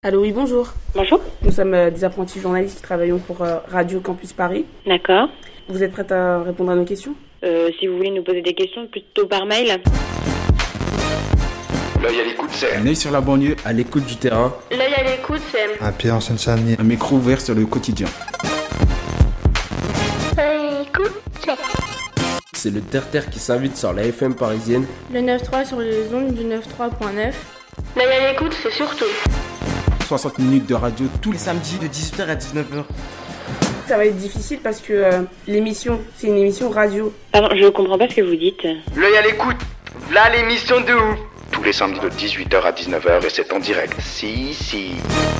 Allô, oui, bonjour. Bonjour. Nous sommes des apprentis journalistes qui travaillons pour Radio Campus Paris. D'accord. Vous êtes prête à répondre à nos questions ? Si vous voulez nous poser des questions, plutôt par mail. L'œil à l'écoute, c'est un œil sur la banlieue, à l'écoute du terrain. L'œil à l'écoute, c'est un pied en Seine-Saint-Denis. Un micro ouvert sur le quotidien. L'œil à l'écoute, c'est le terre-terre qui s'invite sur la FM parisienne. Le 9.3 sur les ondes du 93.9. L'œil à l'écoute, c'est surtout 60 minutes de radio tous les samedis de 18h à 19h. Ça va être difficile parce que l'émission, c'est une émission radio. Pardon, je comprends pas ce que vous dites. L'œil à l'écoute, là l'émission de ouf. Tous les samedis de 18h à 19h et c'est en direct. Si.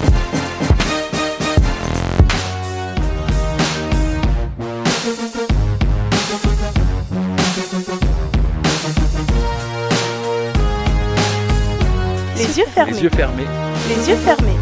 Les yeux fermés. Les yeux fermés. Les yeux fermés.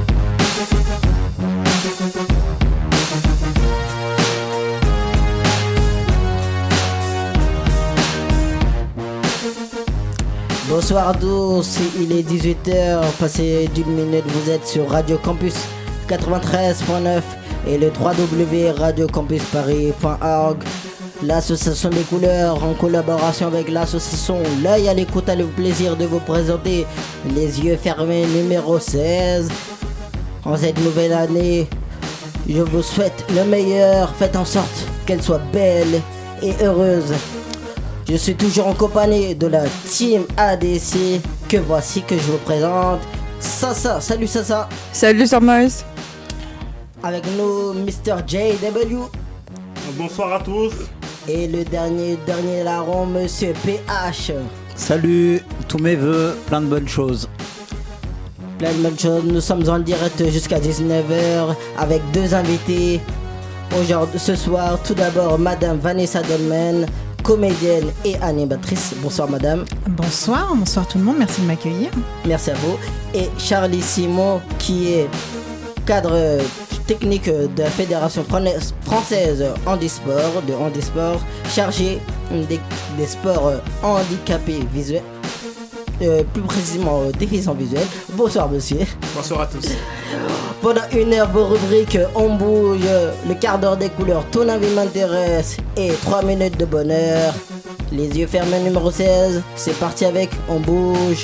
Bonsoir à tous, il est 18h, passé d'une minute, vous êtes sur Radio Campus 93.9 et le www.radiocampusparis.org. L'association des couleurs, en collaboration avec l'association L'œil à l'écoute, a le plaisir de vous présenter Les yeux fermés numéro 16. En cette nouvelle année, je vous souhaite le meilleur, faites en sorte qu'elle soit belle et heureuse. Je suis toujours en compagnie de la team ADC, que voici que je vous présente. Sasa, salut Sasa. Salut Sarmaïs. Avec nous, Mr. JW. Bonsoir à tous. Et le dernier larron, Monsieur PH. Salut, tous mes vœux, plein de bonnes choses. Plein de bonnes choses, nous sommes en direct jusqu'à 19h avec deux invités. Aujourd'hui, ce soir, tout d'abord, Madame Vanessa Dolmen, comédienne et animatrice. Bonsoir madame. Bonsoir tout le monde, merci de m'accueillir. Merci à vous. Et Charlie Simon, qui est cadre technique de la Fédération française handisport, chargé des sports handicapés visuels, plus précisément déficients visuels. Bonsoir monsieur. Bonsoir à tous. Pendant une heure, vos rubriques On bouge, le quart d'heure des couleurs, ton avis m'intéresse et 3 minutes de bonheur. Les yeux fermés numéro 16, c'est parti avec On bouge.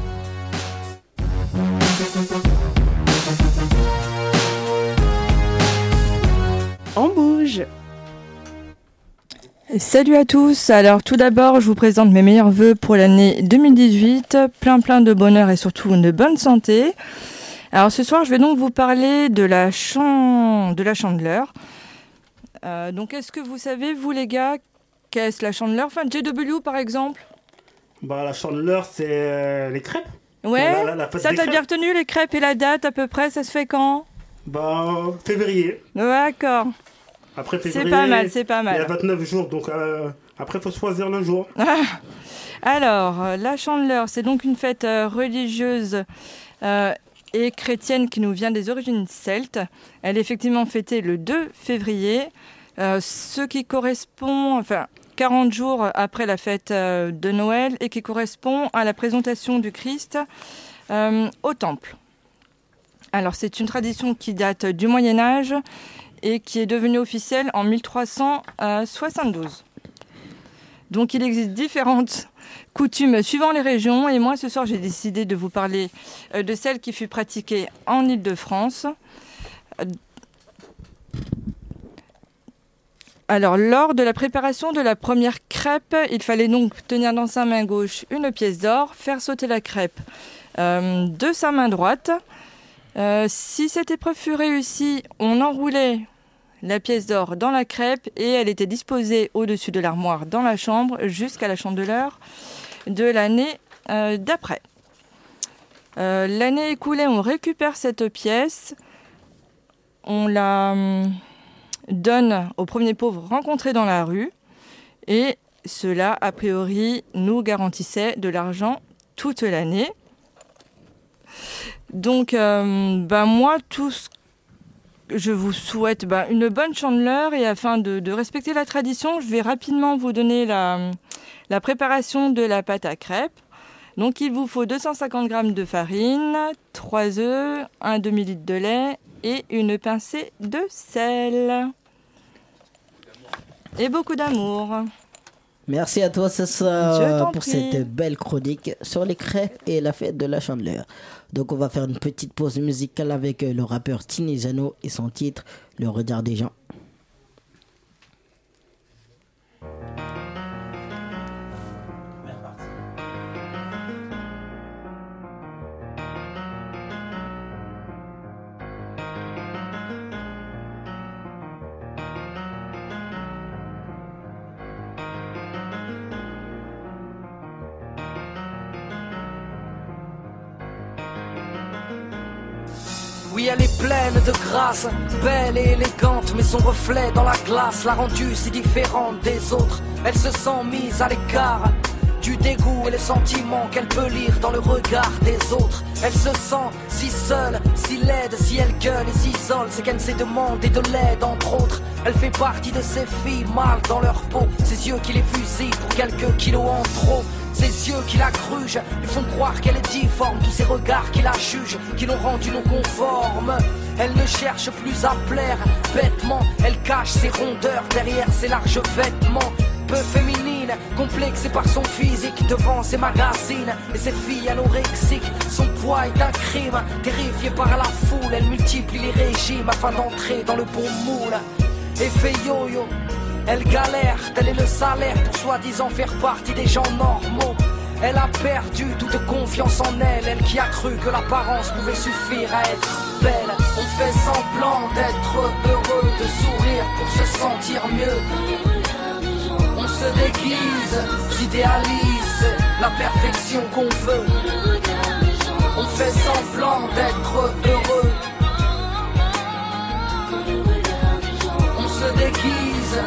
On bouge. Salut à tous, alors tout d'abord je vous présente mes meilleurs vœux pour l'année 2018, plein de bonheur et surtout de bonne santé. Alors ce soir, je vais donc vous parler de la Chandeleur. Donc est-ce que vous savez, vous les gars, qu'est-ce la Chandeleur ? Enfin, JW par exemple ? Bah la Chandeleur, c'est les crêpes. Ouais, ça t'as crêpes. bien retenu les crêpes et la date à peu près, ça se fait quand ? Bah février. D'accord. Après février, c'est pas mal. Il y a 29 jours, donc après il faut choisir le jour. Alors, la Chandeleur, c'est donc une fête religieuse et chrétienne qui nous vient des origines celtes. Elle est effectivement fêtée le 2 février, ce qui correspond, 40 jours après la fête de Noël et qui correspond à la présentation du Christ au temple. Alors, c'est une tradition qui date du Moyen-Âge et qui est devenue officielle en 1372. Donc, il existe différentes coutumes suivant les régions. Et moi, ce soir, j'ai décidé de vous parler de celle qui fut pratiquée en Île-de-France. Alors, lors de la préparation de la première crêpe, il fallait donc tenir dans sa main gauche une pièce d'or, faire sauter la crêpe de sa main droite. Si cette épreuve fut réussie, on enroulait la pièce d'or dans la crêpe et elle était disposée au-dessus de l'armoire dans la chambre jusqu'à la Chandeleur de l'année d'après. L'année écoulée, on récupère cette pièce, on la donne aux premiers pauvres rencontrés dans la rue et cela, a priori, nous garantissait de l'argent toute l'année. Donc, moi, je vous souhaite une bonne Chandeleur et afin de respecter la tradition, je vais rapidement vous donner la préparation de la pâte à crêpes. Donc il vous faut 250 g de farine, 3 œufs, un demi-litre de lait et une pincée de sel. Et beaucoup d'amour. Merci à toi, Sassa, pour prie. cette belle chronique sur les crêpes et la fête de la Chandeleur. Donc on va faire une petite pause musicale avec le rappeur Tinizano et son titre « Le regard des gens ». Oui, elle est pleine de grâce, belle et élégante, mais son reflet dans la glace l'a rendue si différente des autres. Elle se sent mise à l'écart du dégoût et les sentiments qu'elle peut lire dans le regard des autres. Elle se sent si seule, si laide, si elle gueule et s'isole, c'est qu'elle s'est demandé de l'aide entre autres. Elle fait partie de ces filles mal dans leur peau, ses yeux qui les fusillent pour quelques kilos en trop. Ses yeux qui la grugent, lui font croire qu'elle est difforme. Tous ces regards qui la jugent, qui l'ont rendue non conforme. Elle ne cherche plus à plaire, bêtement. Elle cache ses rondeurs derrière ses larges vêtements. Peu féminine, complexée par son physique devant ses magazines et ses filles anorexiques. Son poids est un crime, terrifiée par la foule. Elle multiplie les régimes afin d'entrer dans le bon moule. Effet yo-yo, elle galère, tel est le salaire pour soi-disant faire partie des gens normaux. Elle a perdu toute confiance en elle, elle qui a cru que l'apparence pouvait suffire à être belle. On fait semblant d'être heureux, de sourire pour se sentir mieux. On se déguise, s'idéalise la perfection qu'on veut. On fait semblant d'être heureux. On se déguise.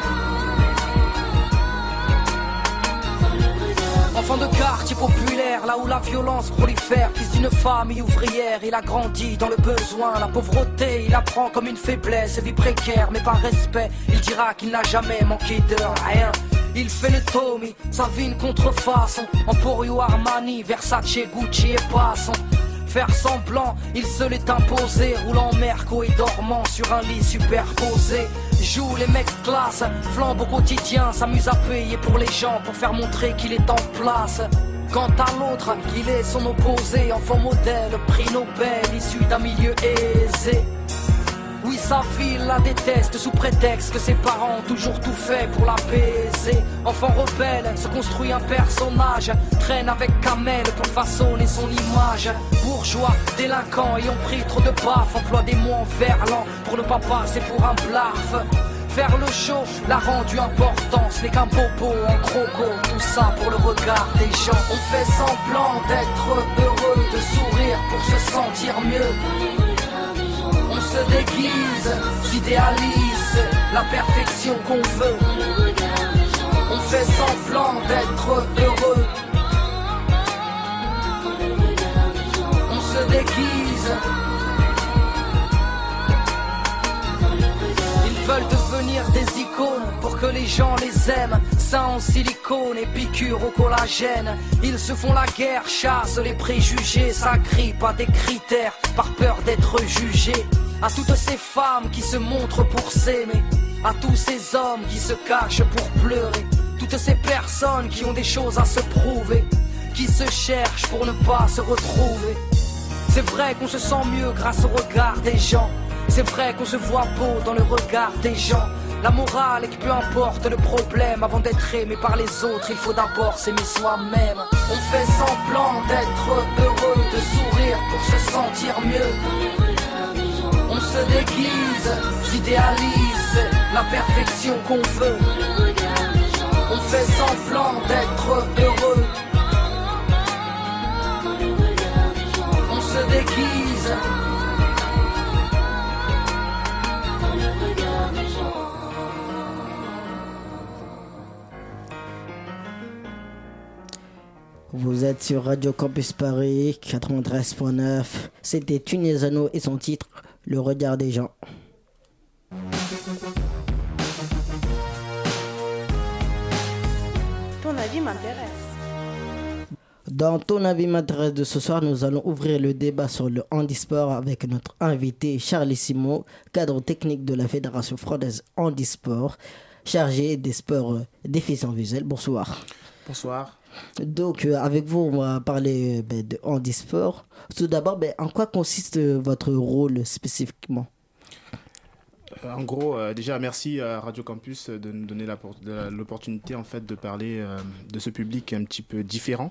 Enfant de quartier populaire, là où la violence prolifère. Fils d'une famille ouvrière, il a grandi dans le besoin. La pauvreté, il apprend comme une faiblesse. Vie précaire, mais par respect, il dira qu'il n'a jamais manqué de rien. Il fait le Tommy, sa vie une contrefaçon. Emporio Armani, Versace, Gucci et passant. Faire semblant, il se l'est imposé. Roulant Merco et dormant sur un lit superposé. Joue les mecs classe, flambe au quotidien. S'amuse à payer pour les gens, pour faire montrer qu'il est en place. Quant à l'autre, il est son opposé. Enfant modèle, prix Nobel, issu d'un milieu aisé. Oui, sa fille la déteste sous prétexte que ses parents ont toujours tout fait pour l'apaiser. Enfant rebelle, se construit un personnage, traîne avec Kamel pour façonner son image. Bourgeois, délinquant, ayant pris trop de baffes, emploie des mots en verlan pour ne pas passer pour un blaf. Faire le show l'a rendu important, ce n'est qu'un bobo en croco, tout ça pour le regard des gens. On fait semblant d'être heureux, de sourire pour se sentir mieux. On se déguise, s'idéalise la perfection qu'on veut. On fait semblant d'être heureux. On se déguise. Ils veulent devenir des icônes pour que les gens les aiment. Seins en silicone et piqûres au collagène. Ils se font la guerre, chassent les préjugés, s'agrippent à des critères par peur d'être jugés. À toutes ces femmes qui se montrent pour s'aimer, à tous ces hommes qui se cachent pour pleurer, toutes ces personnes qui ont des choses à se prouver, qui se cherchent pour ne pas se retrouver. C'est vrai qu'on se sent mieux grâce au regard des gens. C'est vrai qu'on se voit beau dans le regard des gens. La morale est que peu importe le problème, avant d'être aimé par les autres, il faut d'abord s'aimer soi-même. On fait semblant d'être heureux, de sourire pour se sentir mieux. On se déguise, s'idéalise la perfection qu'on veut. On fait semblant d'être heureux. On se déguise. Vous êtes sur Radio Campus Paris 93.9. C'était Tunezano et son titre Le regard des gens. Ton avis m'intéresse. Dans ton avis m'intéresse de ce soir, nous allons ouvrir le débat sur le handisport avec notre invité Charlissimo, cadre technique de la Fédération française handisport, chargé des sports déficients visuels. Bonsoir. Bonsoir. Donc avec vous, on va parler de handisport. Tout d'abord, en quoi consiste votre rôle spécifiquement ? En gros, déjà merci à Radio Campus de nous donner l'opportunité en fait de parler de ce public un petit peu différent.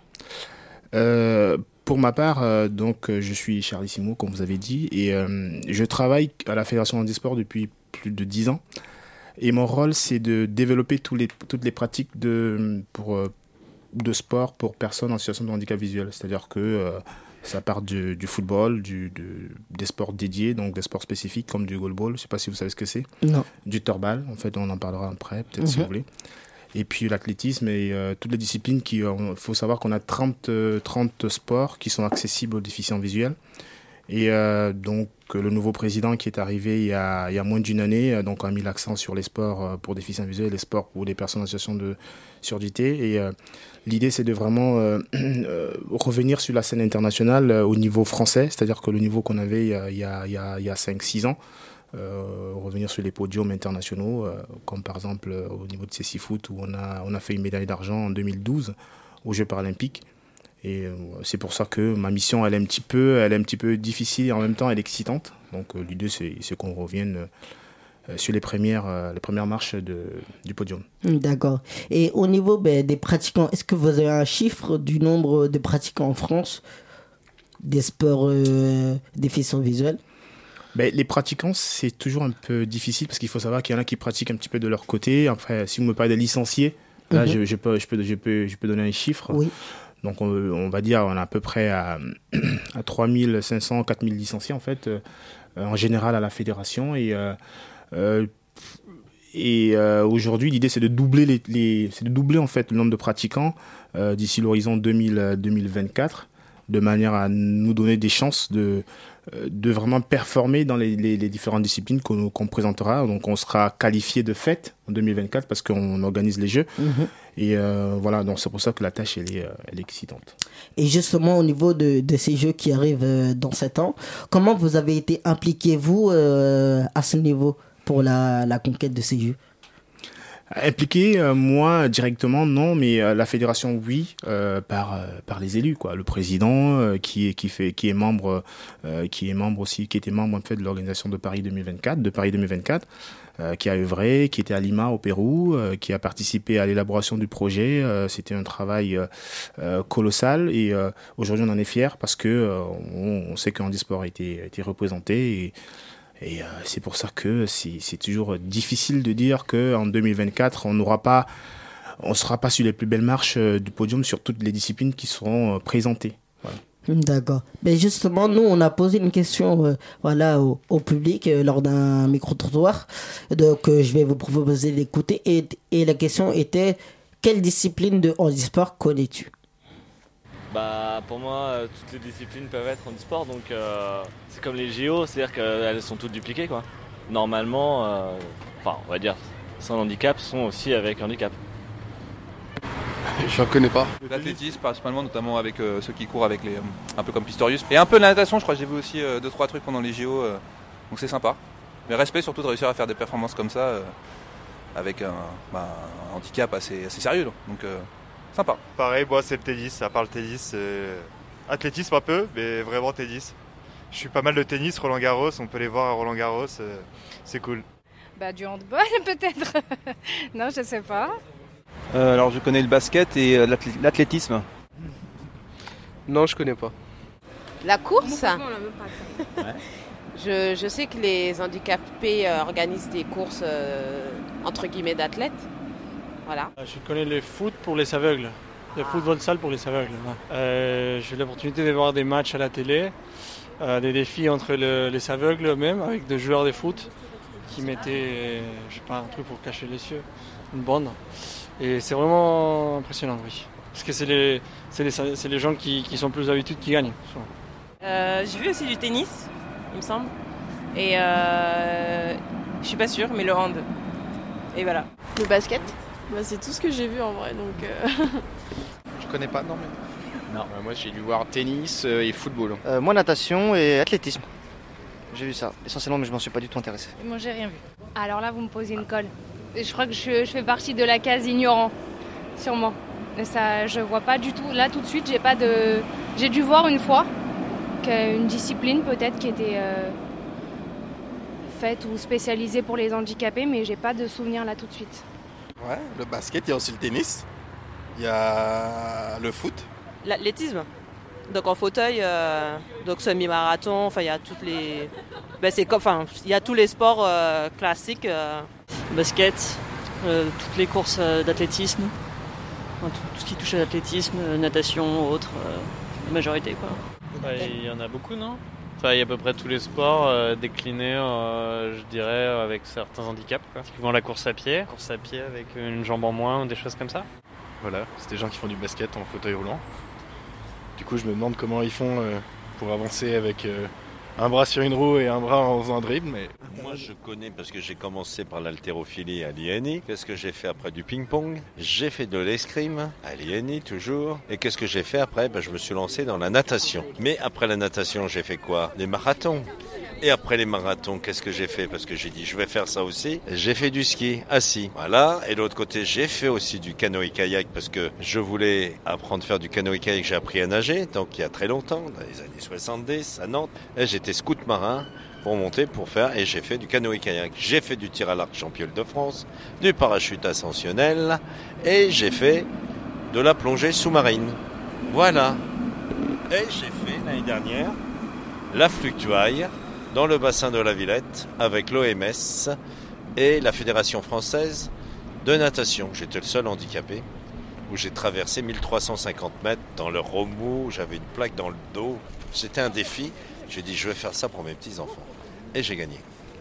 Pour ma part, donc je suis Charlissimo, comme vous avez dit, et je travaille à la Fédération handisport depuis plus de 10 ans. Et mon rôle, c'est de développer toutes les pratiques de sport pour personnes en situation de handicap visuel. C'est-à-dire que ça part du football, des sports dédiés, donc des sports spécifiques comme du goalball. Je ne sais pas si vous savez ce que c'est. Non. Du torbal, en fait, on en parlera après, peut-être si vous voulez. Et puis l'athlétisme et toutes les disciplines il faut savoir qu'on a 30 sports qui sont accessibles aux déficients visuels. Et donc le nouveau président qui est arrivé il y a moins d'une année donc a mis l'accent sur les sports pour déficients visuels et les sports pour les personnes en situation de surdité. Et l'idée c'est de vraiment revenir sur la scène internationale au niveau français, c'est-à-dire que le niveau qu'on avait il y a 5-6 ans, revenir sur les podiums internationaux, comme par exemple au niveau de Cécifoot où on a fait une médaille d'argent en 2012 aux Jeux paralympiques. Et c'est pour ça que ma mission, elle est un petit peu difficile et en même temps, elle est excitante. Donc l'idée, c'est qu'on revienne sur les premières marches du podium. D'accord. Et au niveau des pratiquants, est-ce que vous avez un chiffre du nombre de pratiquants en France des sports déficients visuels ? Les pratiquants, c'est toujours un peu difficile parce qu'il faut savoir qu'il y en a qui pratiquent un petit peu de leur côté. Après, si vous me parlez des licenciés, là, je peux donner un chiffre. Oui. Donc on va dire on est à peu près à 3500, 4000 licenciés en fait, en général à la fédération. Et aujourd'hui l'idée c'est de doubler en fait le nombre de pratiquants d'ici l'horizon 2024, de manière à nous donner des chances de vraiment performer dans les différentes disciplines qu'on présentera. Donc on sera qualifié de fait en 2024 parce qu'on organise les Jeux. Et voilà, donc c'est pour ça que la tâche elle est excitante. Et justement au niveau de ces Jeux qui arrivent dans 7 ans, comment vous avez été impliqué vous à ce niveau pour la conquête de ces Jeux ? Impliqué, moi directement non, mais la fédération oui, par les élus quoi. Le président qui était membre en fait de l'organisation de Paris 2024, qui a œuvré, qui était à Lima au Pérou, qui a participé à l'élaboration du projet. C'était un travail colossal et aujourd'hui on en est fiers parce que on sait que handisport a été représenté et c'est pour ça que c'est toujours difficile de dire qu'en 2024, on ne sera pas sur les plus belles marches du podium sur toutes les disciplines qui seront présentées. Voilà. D'accord. Mais justement, nous, on a posé une question au public lors d'un micro-trottoir. Donc, je vais vous proposer d'écouter. Et la question était, quelle discipline de handisport connais-tu ? Pour moi, toutes les disciplines peuvent être handisport, donc c'est comme les JO, c'est-à-dire qu'elles sont toutes dupliquées, quoi. Normalement, on va dire, sans handicap, sont aussi avec handicap. Je n'en connais pas. L'athlétisme, principalement, notamment avec ceux qui courent avec un peu comme Pistorius. Et un peu de la natation, je crois que j'ai vu aussi 2-3 trucs pendant les JO, donc c'est sympa. Mais respect surtout de réussir à faire des performances comme ça, avec un handicap assez sérieux, donc... sympa. Pareil, moi c'est le tennis, à part le tennis, athlétisme un peu, mais vraiment tennis. Je suis pas mal de tennis, Roland Garros, on peut les voir à Roland Garros, c'est cool. Du handball peut-être. Non, je sais pas. Alors je connais le basket et l'athlétisme. Non, je connais pas. La course. Je sais que les handicapés organisent des courses entre guillemets d'athlètes. Voilà. Je connais le foot pour les aveugles, le football salle pour les aveugles. J'ai eu l'opportunité de voir des matchs à la télé, des défis entre les aveugles eux-mêmes avec des joueurs de foot qui mettaient, un truc pour cacher les yeux, une bande. Et c'est vraiment impressionnant, oui. Parce que c'est les gens qui sont plus habitués qui gagnent. J'ai vu aussi du tennis, il me semble. Et je suis pas sûre, mais le hand. Et voilà. Le basket ? C'est tout ce que j'ai vu en vrai, donc... Je connais pas, non mais... Non. Moi j'ai dû voir tennis et football. Moi natation et athlétisme. J'ai vu ça essentiellement, mais je m'en suis pas du tout intéressé. Moi j'ai rien vu. Alors là vous me posez une colle. Je crois que je fais partie de la case ignorant, sûrement. Et ça, je vois pas du tout. Là tout de suite, j'ai dû voir une fois une discipline peut-être qui était faite ou spécialisée pour les handicapés, mais j'ai pas de souvenir là tout de suite. Ouais, le basket, il y a aussi le tennis, il y a le foot. L'athlétisme. Donc en fauteuil, donc semi-marathon, enfin il y a toutes les. Il y a tous les sports classiques. Basket, toutes les courses d'athlétisme, tout ce qui touche à l'athlétisme, natation, autres, la majorité quoi. Il y en a beaucoup, non ? Il y a à peu près tous les sports déclinés, je dirais, avec certains handicaps. Typiquement la course à pied avec une jambe en moins ou des choses comme ça. Voilà, c'est des gens qui font du basket en fauteuil roulant. Du coup, je me demande comment ils font pour avancer avec un bras sur une roue et un bras en faisant un dribble. Mais... Moi, je connais parce que j'ai commencé par l'haltérophilie à l'INI. Qu'est-ce que j'ai fait après du ping-pong ? J'ai fait de l'escrime à l'INI toujours. Et qu'est-ce que j'ai fait après ? Je me suis lancé dans la natation. Mais après la natation, j'ai fait quoi ? Des marathons. Et après les marathons, qu'est-ce que j'ai fait ? Parce que j'ai dit, je vais faire ça aussi. J'ai fait du ski, assis. Voilà. Et de l'autre côté, j'ai fait aussi du canoë-kayak parce que je voulais apprendre à faire du canoë-kayak. J'ai appris à nager, donc il y a très longtemps, dans les années 70, à Nantes. Et j'étais scout marin pour monter, pour faire, et j'ai fait du canoë-kayak. J'ai fait du tir à l'arc champion de France, du parachute ascensionnel, et j'ai fait de la plongée sous-marine. Voilà. Et j'ai fait l'année dernière la fluctuaille dans le bassin de la Villette avec l'OMS et la Fédération française de natation. J'étais le seul handicapé où j'ai traversé 1350 mètres dans le remous, j'avais une plaque dans le dos. C'était un défi. J'ai dit je vais faire ça pour mes petits-enfants. Et j'ai gagné.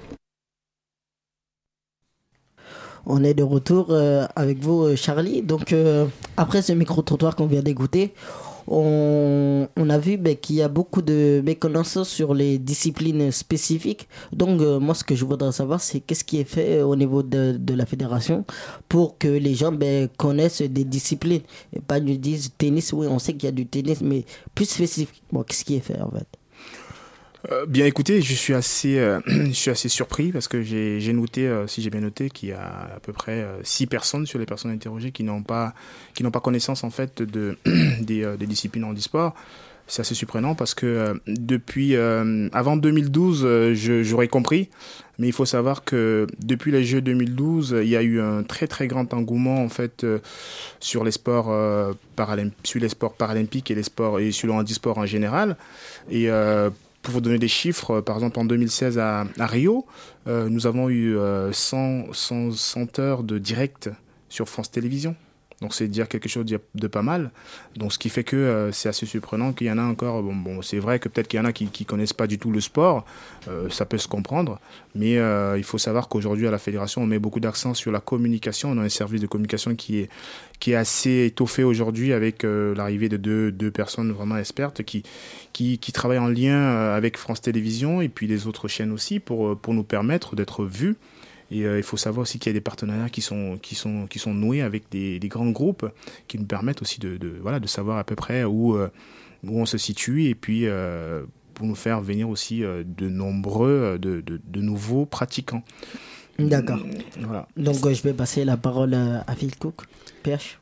On est de retour avec vous, Charlie. Donc, après ce micro-trottoir qu'on vient d'écouter, on a vu qu'il y a beaucoup de méconnaissances sur les disciplines spécifiques. Donc, moi, ce que je voudrais savoir, c'est qu'est-ce qui est fait au niveau de la fédération pour que les gens connaissent des disciplines. Et pas nous disent tennis, oui, on sait qu'il y a du tennis, mais plus spécifiquement, qu'est-ce qui est fait en fait ? Bien écoutez, je suis assez surpris parce que j'ai noté, si j'ai bien noté, qu'il y a à peu près 6 personnes sur les personnes interrogées qui n'ont pas connaissance en fait des disciplines handisport. C'est assez surprenant parce que depuis avant 2012, j'aurais compris, mais il faut savoir que depuis les Jeux 2012, il y a eu un très très grand engouement en fait sur les sports paralympiques et sur le handisport en général. Et pour vous donner des chiffres, par exemple en 2016 à Rio, nous avons eu 100 heures de direct sur France Télévisions. Donc c'est dire quelque chose de pas mal. Donc ce qui fait que c'est assez surprenant qu'il y en a encore. Bon, c'est vrai que peut-être qu'il y en a qui connaissent pas du tout le sport. Ça peut se comprendre. Mais il faut savoir qu'aujourd'hui à la fédération, on met beaucoup d'accent sur la communication. On a un service de communication qui est assez étoffé aujourd'hui avec l'arrivée de deux personnes vraiment expertes qui travaillent en lien avec France Télévisions et puis les autres chaînes aussi pour nous permettre d'être vus. Et il faut savoir aussi qu'il y a des partenariats qui sont noués avec des grands groupes qui nous permettent aussi de savoir à peu près où on se situe et puis pour nous faire venir aussi de nouveaux pratiquants. D'accord. Voilà. Donc je vais passer la parole à Phil Cook. PH.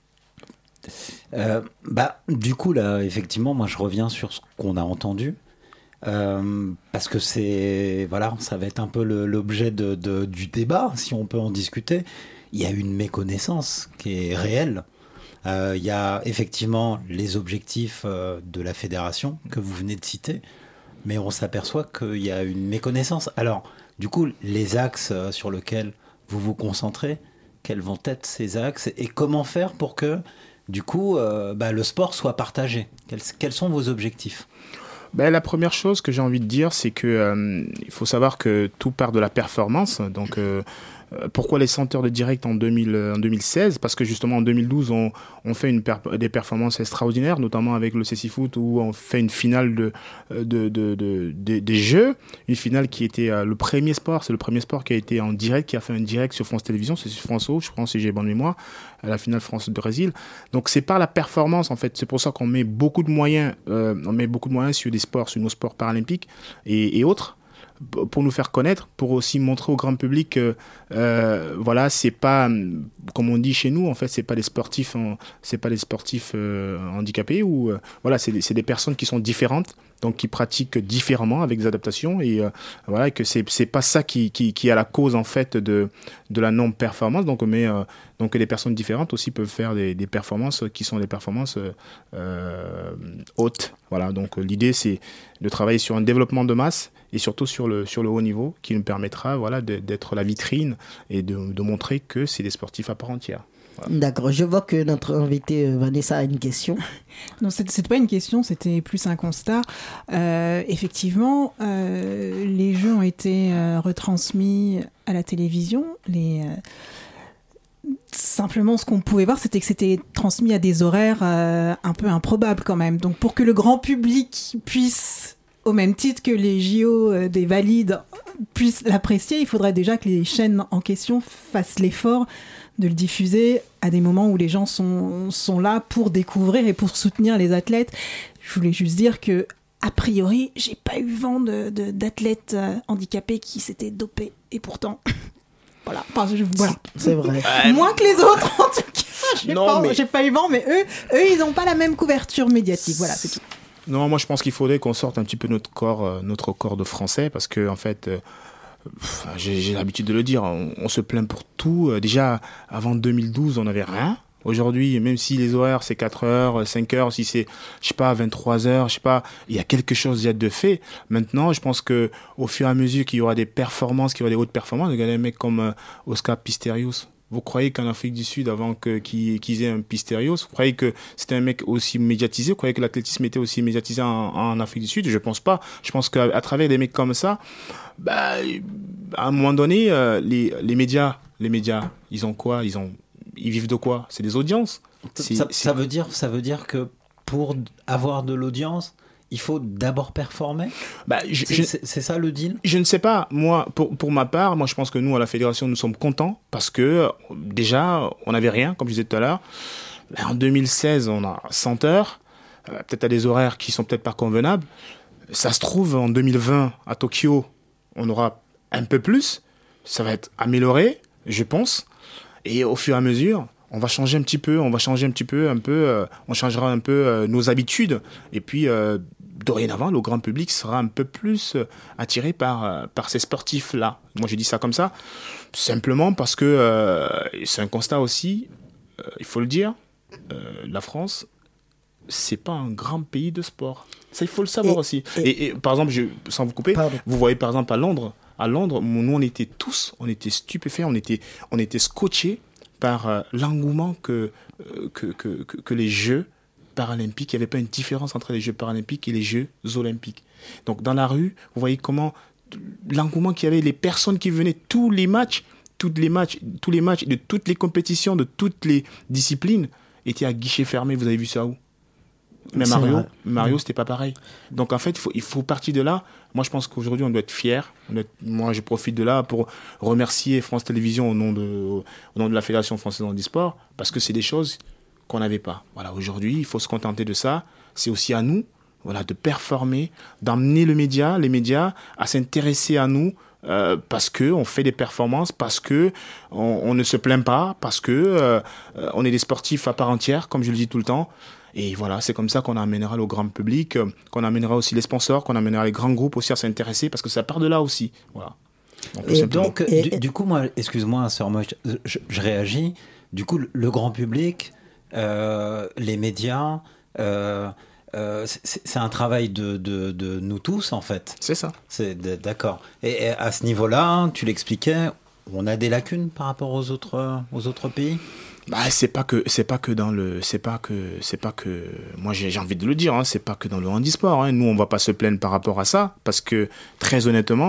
Du coup là, effectivement, moi je reviens sur ce qu'on a entendu. Parce que ça va être un peu l'objet du débat, si on peut en discuter. Il y a une méconnaissance qui est réelle. Il y a effectivement les objectifs de la fédération que vous venez de citer, mais on s'aperçoit qu'il y a une méconnaissance. Alors, du coup, les axes sur lesquels vous vous concentrez, quels vont être ces axes et comment faire pour que, du coup, le sport soit partagé ? Quels sont vos objectifs ? La première chose que j'ai envie de dire, c'est que il faut savoir que tout part de la performance. Donc, Pourquoi les senteurs de direct en 2016? Parce que justement en 2012, on fait des performances extraordinaires, notamment avec le CC Foot où on fait une finale des Jeux, une finale qui était le premier sport, c'est le premier sport qui a été en direct, qui a fait un direct sur France Télévisions, c'est sur France O, je pense si j'ai bonne mémoire, à la finale France-Brésil. Donc c'est par la performance en fait, c'est pour ça qu'on met beaucoup de moyens, sur des sports, sur nos sports paralympiques et autres, pour nous faire connaître, pour aussi montrer au grand public que c'est pas, comme on dit chez nous, en fait, c'est pas des sportifs handicapés ou c'est des personnes qui sont différentes, donc qui pratiquent différemment avec des adaptations et que c'est pas ça qui est à la cause en fait de la non performance, donc les personnes différentes aussi peuvent faire des performances qui sont des performances hautes. Voilà, donc l'idée c'est de travailler sur un développement de masse et surtout sur le haut niveau qui nous permettra d'être la vitrine et de montrer que c'est des sportifs à part entière. Voilà. D'accord, je vois que notre invitée Vanessa a une question. Non, c'était pas une question, c'était plus un constat. Effectivement, les jeux ont été retransmis à la télévision. Simplement, ce qu'on pouvait voir, c'était que c'était transmis à des horaires un peu improbables quand même. Donc, pour que le grand public puisse, au même titre que les JO des valides, puissent l'apprécier, il faudrait déjà que les chaînes en question fassent l'effort de le diffuser à des moments où les gens sont là pour découvrir et pour soutenir les athlètes. Je voulais juste dire que, a priori, j'ai pas eu vent d'athlètes handicapés qui s'étaient dopés. Et pourtant... Voilà. Voilà. C'est vrai. Moins que les autres, en tout cas. J'ai pas eu vent, mais eux, ils n'ont pas la même couverture médiatique. Voilà, c'est tout. Non, moi je pense qu'il faudrait qu'on sorte un petit peu notre corps de français, parce que en fait, j'ai l'habitude de le dire, on se plaint pour tout. Déjà, avant 2012, on n'avait rien. Aujourd'hui, même si les horaires c'est 4 heures, 5 heures, si c'est, 23 heures, il y a quelque chose de fait. Maintenant, je pense que au fur et à mesure qu'il y aura des performances, qu'il y aura des hautes performances, regardez un mec comme Oscar Pistorius. Vous croyez qu'en Afrique du Sud, avant qu'ils aient un Pistorius, vous croyez que c'était un mec aussi médiatisé? Vous croyez que l'athlétisme était aussi médiatisé en Afrique du Sud? Je pense pas. Je pense qu'à travers des mecs comme ça, à un moment donné, les médias, ils ont quoi? Ils vivent de quoi? C'est des audiences. Ça veut dire que pour avoir de l'audience, il faut d'abord performer. C'est ça le deal? Je ne sais pas. Moi, pour ma part, je pense que nous, à la fédération, nous sommes contents parce que déjà, on n'avait rien, comme je disais tout à l'heure. En 2016, on a 100 heures, peut-être à des horaires qui sont peut-être pas convenables. Ça se trouve, en 2020, à Tokyo, on aura un peu plus. Ça va être amélioré, je pense. Et au fur et à mesure, on va changer un petit peu, on changera un peu nos habitudes. Et puis, dorénavant, le grand public sera un peu plus attiré par ces sportifs-là. Moi, je dis ça comme ça, simplement parce que c'est un constat aussi, il faut le dire, la France, c'est pas un grand pays de sport. Ça, il faut le savoir aussi. Et par exemple, sans vous couper, vous voyez par exemple à Londres, nous, on était stupéfaits, on était scotchés par l'engouement que les Jeux paralympiques, il n'y avait pas une différence entre les Jeux paralympiques et les Jeux olympiques. Donc dans la rue, vous voyez comment l'engouement qu'il y avait, les personnes qui venaient, tous les matchs de toutes les compétitions, de toutes les disciplines étaient à guichet fermé. Vous avez vu ça où? Mais Mario, c'était pas pareil. Donc en fait, il faut partir de là. Moi, je pense qu'aujourd'hui, on doit être fiers. Moi, je profite de là pour remercier France Télévisions au nom de la Fédération française handisport, parce que c'est des choses qu'on n'avait pas. Voilà, aujourd'hui, il faut se contenter de ça. C'est aussi à nous, de performer, d'emmener les médias à s'intéresser à nous, parce que on fait des performances, parce que on ne se plaint pas, parce que on est des sportifs à part entière, comme je le dis tout le temps. Et voilà, c'est comme ça qu'on amènera le grand public, qu'on amènera aussi les sponsors, qu'on amènera les grands groupes aussi à s'intéresser, parce que ça part de là aussi. Voilà. Donc, du coup, moi, excuse-moi, Sir Moch, je réagis. Du coup, le grand public, les médias, c'est un travail de nous tous, en fait. C'est ça. D'accord. Et à ce niveau-là, tu l'expliquais, on a des lacunes par rapport aux autres pays. C'est pas que moi j'ai envie de le dire, c'est pas que dans le handisport, nous on va pas se plaindre par rapport à ça, parce que très honnêtement,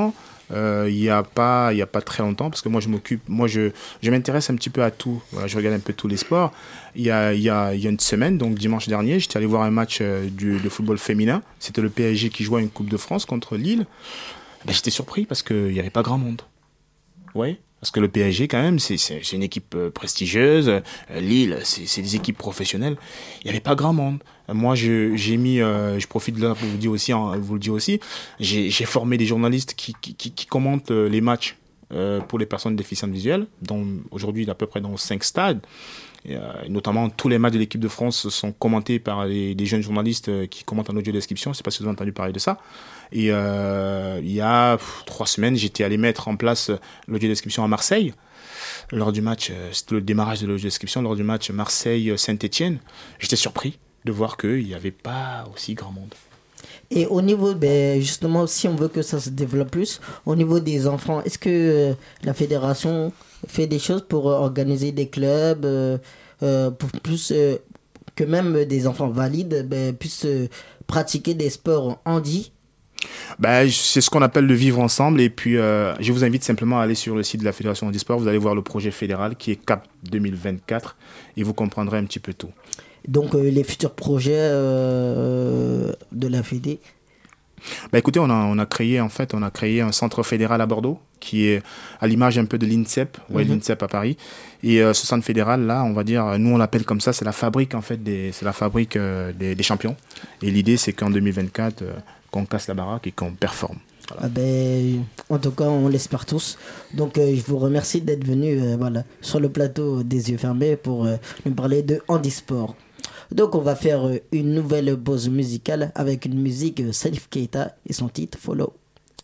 il y a pas très longtemps, parce que moi je m'intéresse un petit peu à tout. Voilà, je regarde un peu tous les sports. Il y a une semaine, donc dimanche dernier, j'étais allé voir un match de football féminin. C'était le PSG qui jouait une Coupe de France contre Lille. Ben, j'étais surpris parce qu'il n'y avait pas grand monde. Ouais. Parce que le PSG, quand même, c'est une équipe prestigieuse. Lille, c'est des équipes professionnelles. Il n'y avait pas grand monde. Moi, je profite de là pour vous le dire aussi, j'ai formé des journalistes qui commentent les matchs pour les personnes déficientes visuelles, dont aujourd'hui à peu près dans 5 stades. Et, notamment, tous les matchs de l'équipe de France sont commentés par des jeunes journalistes qui commentent en audio description. Je ne sais pas si vous avez entendu parler de ça. Et il y a 3 semaines, j'étais allé mettre en place l'audio description à Marseille. Lors du match, c'était le démarrage de l'audio description, lors du match Marseille-Saint-Etienne. J'étais surpris de voir qu'il n'y avait pas aussi grand monde. Et au niveau, justement, si on veut que ça se développe plus, au niveau des enfants, est-ce que la fédération fait des choses pour organiser des clubs, pour plus que même des enfants valides puissent pratiquer des sports handi? C'est ce qu'on appelle le vivre ensemble. Et puis, je vous invite simplement à aller sur le site de la Fédération handisport. Vous allez voir le projet fédéral qui est CAP 2024 et vous comprendrez un petit peu tout. Donc, les futurs projets de la Fédé? Écoutez, on a créé un centre fédéral à Bordeaux qui est à l'image un peu de l'INSEP, l'INSEP à Paris. Et ce centre fédéral là, on va dire, nous on l'appelle comme ça, c'est la fabrique en fait des champions. Et l'idée c'est qu'en 2024 qu'on casse la baraque et qu'on performe. Voilà. En tout cas, on l'espère tous. Donc, je vous remercie d'être venu sur le plateau des yeux fermés pour nous parler de handisport. Donc, on va faire une nouvelle pause musicale avec une musique Salif Keita et son titre Follow.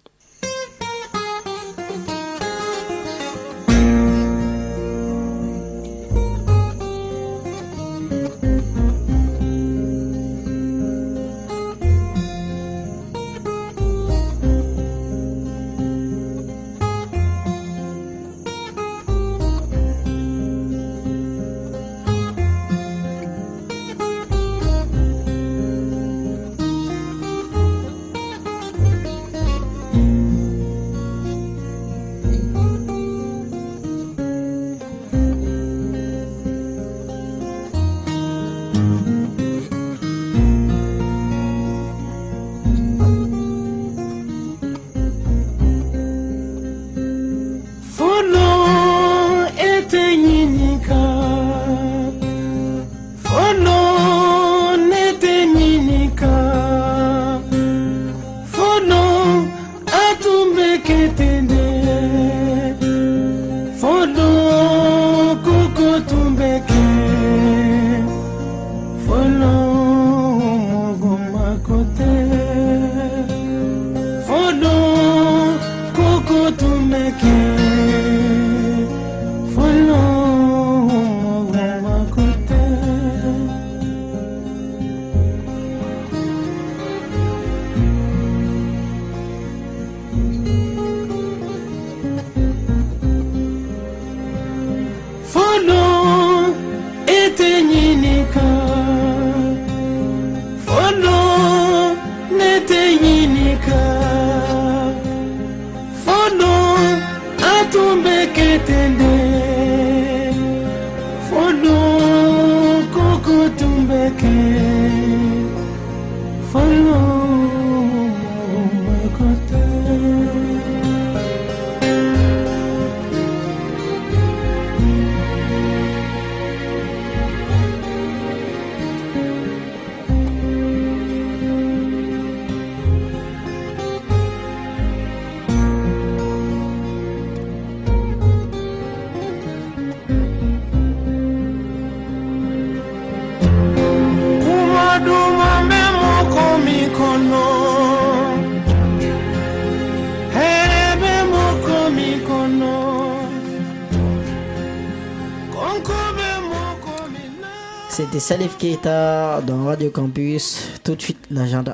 C'était Salif Keita dans Radio Campus. Tout de suite, l'agenda.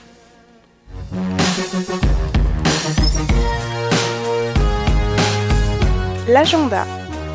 L'agenda.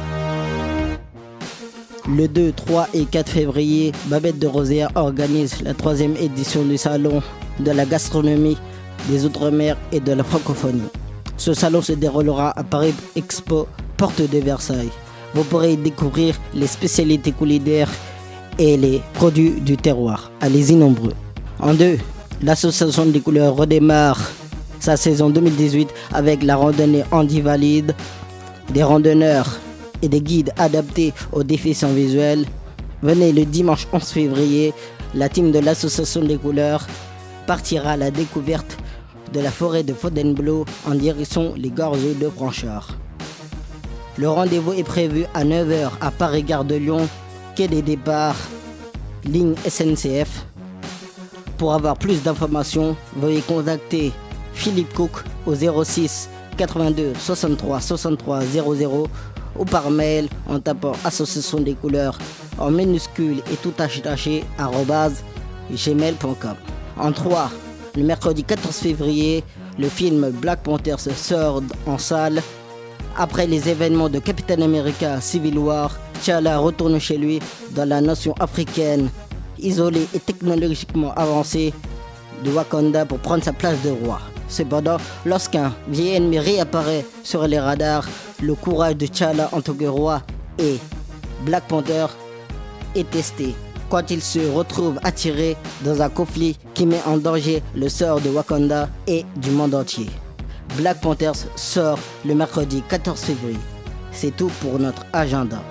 Le 2, 3 et 4 février, Babette de Roséa organise la 3e édition du Salon de la gastronomie des Outre-mer et de la francophonie. Ce salon se déroulera à Paris Expo, porte de Versailles. Vous pourrez y découvrir les spécialités culinaires et les produits du terroir. Allez-y nombreux. En 2, l'association des couleurs redémarre sa saison 2018 avec la randonnée handi-valide, des randonneurs et des guides adaptés aux déficients visuels. Venez le dimanche 11 février, la team de l'association des couleurs partira à la découverte de la forêt de Fontainebleau en direction les gorges de Franchard. Le rendez-vous est prévu à 9h à Paris-Gare de Lyon, quai des départs, ligne SNCF. Pour avoir plus d'informations, veuillez contacter Philippe Cook au 06 82 63 63 00 ou par mail en tapant association des couleurs en minuscule et tout attaché @gmail.com. En 3, le mercredi 14 février, le film Black Panther se sort en salle. Après les événements de Captain America Civil War, T'Challa retourne chez lui dans la nation africaine, isolée et technologiquement avancée de Wakanda pour prendre sa place de roi. Cependant, lorsqu'un vieil ennemi réapparaît sur les radars, le courage de T'Challa en tant que roi et Black Panther est testé quand il se retrouve attiré dans un conflit qui met en danger le sort de Wakanda et du monde entier. Black Panthers sort le mercredi 14 février. C'est tout pour notre agenda.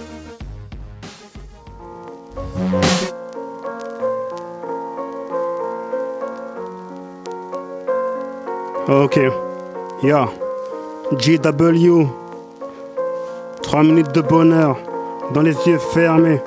Ok, yeah, GW, 3 minutes de bonheur, dans les yeux fermés.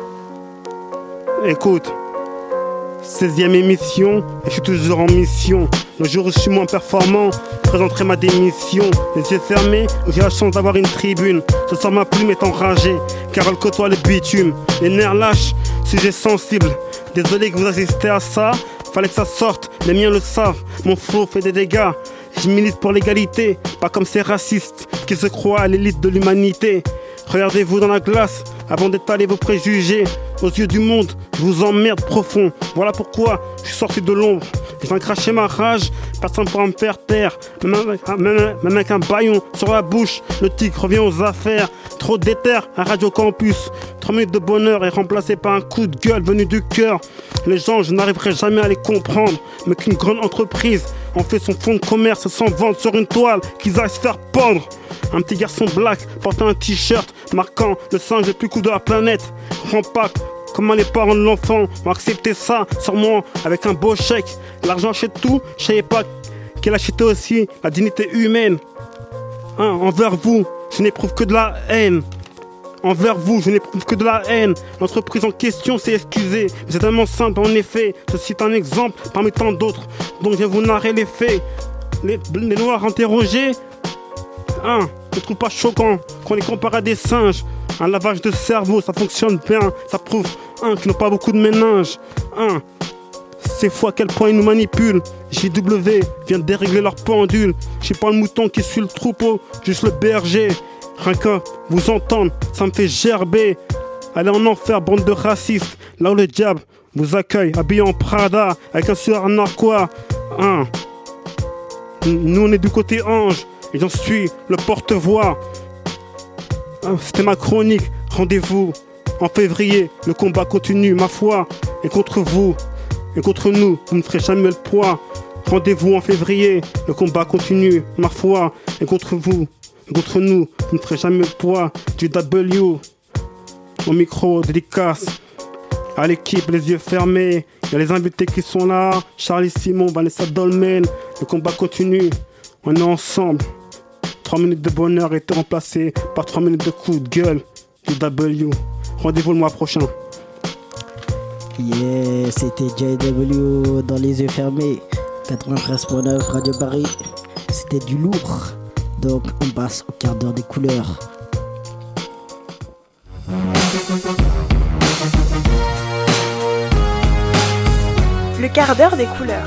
Écoute, 16e émission, et je suis toujours en mission. Le jour où je suis moins performant, je présenterai ma démission. Les yeux fermés, j'ai la chance d'avoir une tribune. Ce soir ma plume est enragée, car elle côtoie le bitume. Les nerfs lâches, sujet sensible. Désolé que vous assistez à ça, fallait que ça sorte, les miens le savent. Mon flow fait des dégâts, je milite pour l'égalité. Pas comme ces racistes qui se croient à l'élite de l'humanité. Regardez-vous dans la glace avant d'étaler vos préjugés. Aux yeux du monde, je vous emmerde profond. Voilà pourquoi je suis sorti de l'ombre. Je viens cracher ma rage, personne ne pourra me faire taire. Même avec un baillon sur la bouche, le tigre revient aux affaires. Trop d'éther à Radio Campus. 3 minutes de bonheur est remplacé par un coup de gueule venu du cœur. Les gens, je n'arriverai jamais à les comprendre. Mais qu'une grande entreprise en fait son fonds de commerce sans vendre sur une toile qu'ils aillent se faire pendre. Un petit garçon black portant un t-shirt marquant le singe le plus cool de la planète. Rampac, comment les parents de l'enfant ont accepté ça, sûrement avec un beau chèque. L'argent achète tout, je savais pas qu'elle achetait aussi la dignité humaine. Envers vous, je n'éprouve que de la haine. Envers vous, je n'éprouve que de la haine. L'entreprise en question s'est excusée. C'est tellement simple, en effet. Je cite un exemple parmi tant d'autres. Donc je vais vous narrer les faits. Les noirs interrogés. Je ne trouve pas choquant qu'on les compare à des singes. Un lavage de cerveau, ça fonctionne bien. Ça prouve, qu'ils n'ont pas beaucoup de méninges. C'est fou à quel point ils nous manipulent. JW vient de dérégler leur pendule. Je suis pas le mouton qui suit le troupeau, juste le berger. Rien qu'à vous entendre, ça me fait gerber. Allez en enfer, bande de racistes. Là où le diable vous accueille, habillé en Prada, avec un sourire narquois. Nous on est du côté ange, et j'en suis le porte-voix. C'était ma chronique, rendez-vous en février. Le combat continue, ma foi, et contre vous, et contre nous, vous ne ferez jamais le poids. Rendez-vous en février, le combat continue, ma foi, et contre vous, et contre nous, vous ne ferez jamais le poids. Du W, au micro, dédicace à l'équipe, les yeux fermés. Il y a les invités qui sont là, Charlie Simon, Vanessa Dolmen. Le combat continue, on est ensemble. 3 minutes de bonheur étaient remplacées par 3 minutes de coup de gueule du W. Rendez-vous le mois prochain. Yeah, c'était JW dans les yeux fermés. 93.9 Radio Paris. C'était du lourd. Donc on passe au quart d'heure des couleurs. Le quart d'heure des couleurs.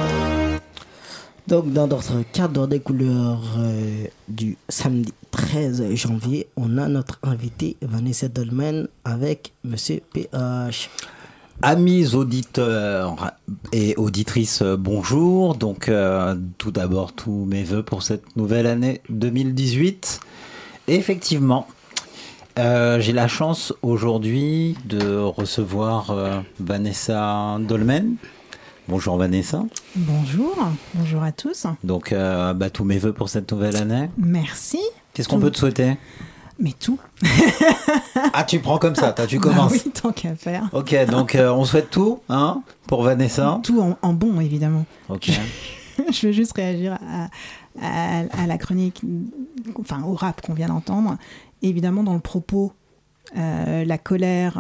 Donc dans notre quart d'heure des couleurs du samedi 13 janvier, on a notre invité Vanessa Dolmen avec Monsieur PH. Amis auditeurs et auditrices, bonjour. Donc, tout d'abord, tous mes voeux pour cette nouvelle année 2018. Et effectivement, j'ai la chance aujourd'hui de recevoir Vanessa Dolmen. Bonjour Vanessa. Bonjour à tous. Donc, tous mes voeux pour cette nouvelle année. Merci. Qu'est-ce qu'on peut te souhaiter ? Mais tout. Ah, tu prends comme ça, tu commences. Oui, tant qu'à faire. Ok, donc on souhaite tout, hein, pour Vanessa. Tout en bon, évidemment. Ok. Je veux juste réagir à la chronique, enfin au rap qu'on vient d'entendre. Évidemment, dans le propos, la colère,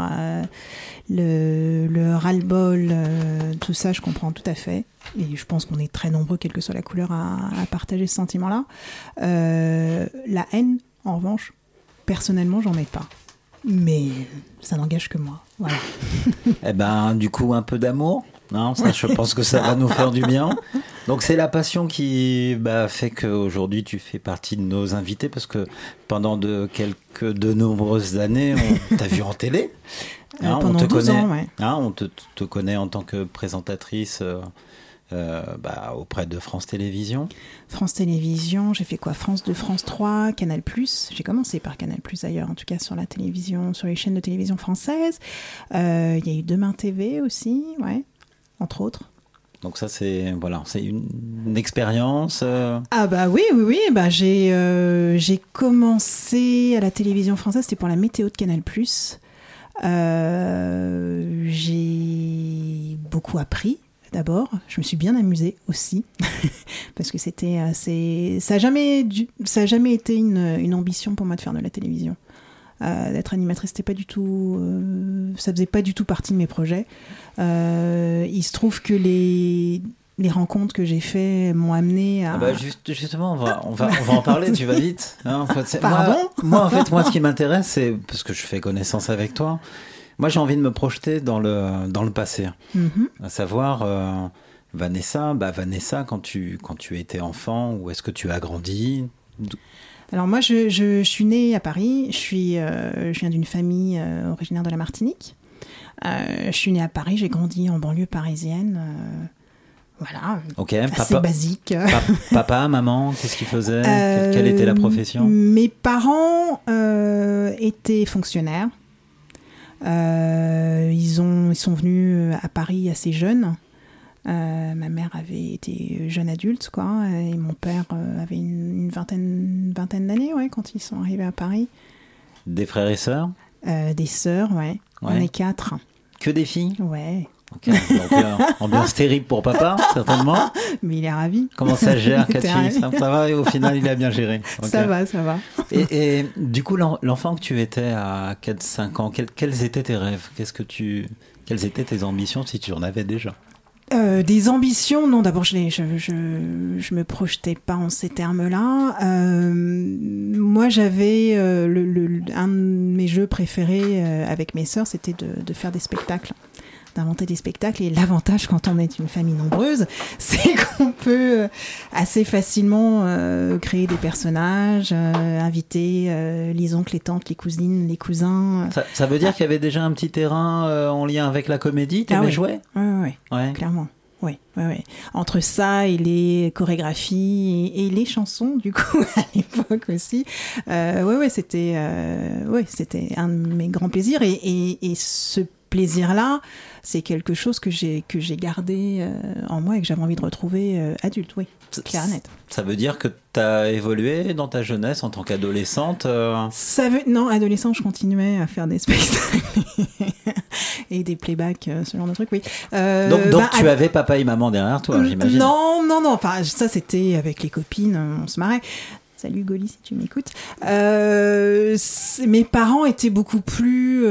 le ras-le-bol, tout ça, je comprends tout à fait. Et je pense qu'on est très nombreux, quelle que soit la couleur, à partager ce sentiment-là. La haine, en revanche, personnellement, j'en ai pas. Mais ça n'engage que moi. Voilà. Eh ben, du coup, un peu d'amour. Non, ça, je pense que ça va nous faire du bien. Donc, c'est la passion qui fait qu'aujourd'hui, tu fais partie de nos invités parce que pendant de nombreuses années, on t'a vu en télé. Pendant on te 12 connaît, ans, ouais. On te connaît en tant que présentatrice auprès de France Télévisions. France Télévisions, j'ai fait quoi ? France 2, France 3, Canal+. J'ai commencé par Canal+, d'ailleurs, en tout cas sur la télévision, sur les chaînes de télévision françaises. Il y a eu Demain TV aussi, ouais, entre autres. Donc ça, c'est une expérience. Ah bah oui. J'ai commencé à la télévision française, c'était pour la météo de Canal+. J'ai beaucoup appris. D'abord, je me suis bien amusée aussi parce que c'était assez. Ça a jamais été une ambition pour moi de faire de la télévision. D'être animatrice, c'était pas du tout. Ça faisait pas du tout partie de mes projets. Il se trouve que les rencontres que j'ai faites m'ont amené à. Justement, on va en parler. Tu vas vite. Hein, Pardon. Moi, ce qui m'intéresse, c'est parce que je fais connaissance avec toi. Moi, j'ai envie de me projeter dans le passé. À savoir, Vanessa, quand tu étais enfant, où est-ce que tu as grandi ? Alors moi, je suis née à Paris. Je viens d'une famille originaire de la Martinique. Je suis née à Paris, j'ai grandi en banlieue parisienne. Voilà, assez basique. Papa, maman, qu'est-ce qu'ils faisaient ? Quelle était la profession ? Mes parents étaient fonctionnaires. Ils sont venus à Paris assez jeunes. Ma mère avait été jeune adulte, quoi, et mon père avait une vingtaine d'années, ouais, quand ils sont arrivés à Paris. Des frères et sœurs ? Des sœurs, ouais. On est 4. Que des filles ? Ouais. Okay. Donc, ambiance terrible pour papa, certainement. Mais il est ravi. Comment ça gère, 4 filles ? Ça va, et au final, il a bien géré. Okay. Ça va. Et du coup, l'enfant que tu étais à 4-5 ans, quels étaient tes rêves ? Quelles étaient tes ambitions, si tu en avais déjà ? Des ambitions, non. D'abord, je me projetais pas en ces termes-là. Moi, j'avais un de mes jeux préférés avec mes sœurs, c'était de faire des spectacles. D'inventer des spectacles, et l'avantage quand on est une famille nombreuse, c'est qu'on peut assez facilement créer des personnages, inviter les oncles, les tantes, les cousines, les cousins. Ça veut dire qu'il y avait déjà un petit terrain en lien avec la comédie, tu avais joué ? Oui, clairement. Ouais. Entre ça et les chorégraphies et les chansons, du coup, à l'époque aussi. C'était un de mes grands plaisirs, et ce plaisir-là, c'est quelque chose que j'ai gardé en moi et que j'avais envie de retrouver adulte, oui, clair et net. Ça veut dire que tu as évolué dans ta jeunesse en tant qu'adolescente Non, adolescente, je continuais à faire des spectacles et des playbacks, ce genre de trucs, oui. Donc tu avais papa et maman derrière toi, j'imagine. Non, enfin, ça c'était avec les copines, on se marrait. Salut Goli, si tu m'écoutes. Mes parents étaient beaucoup plus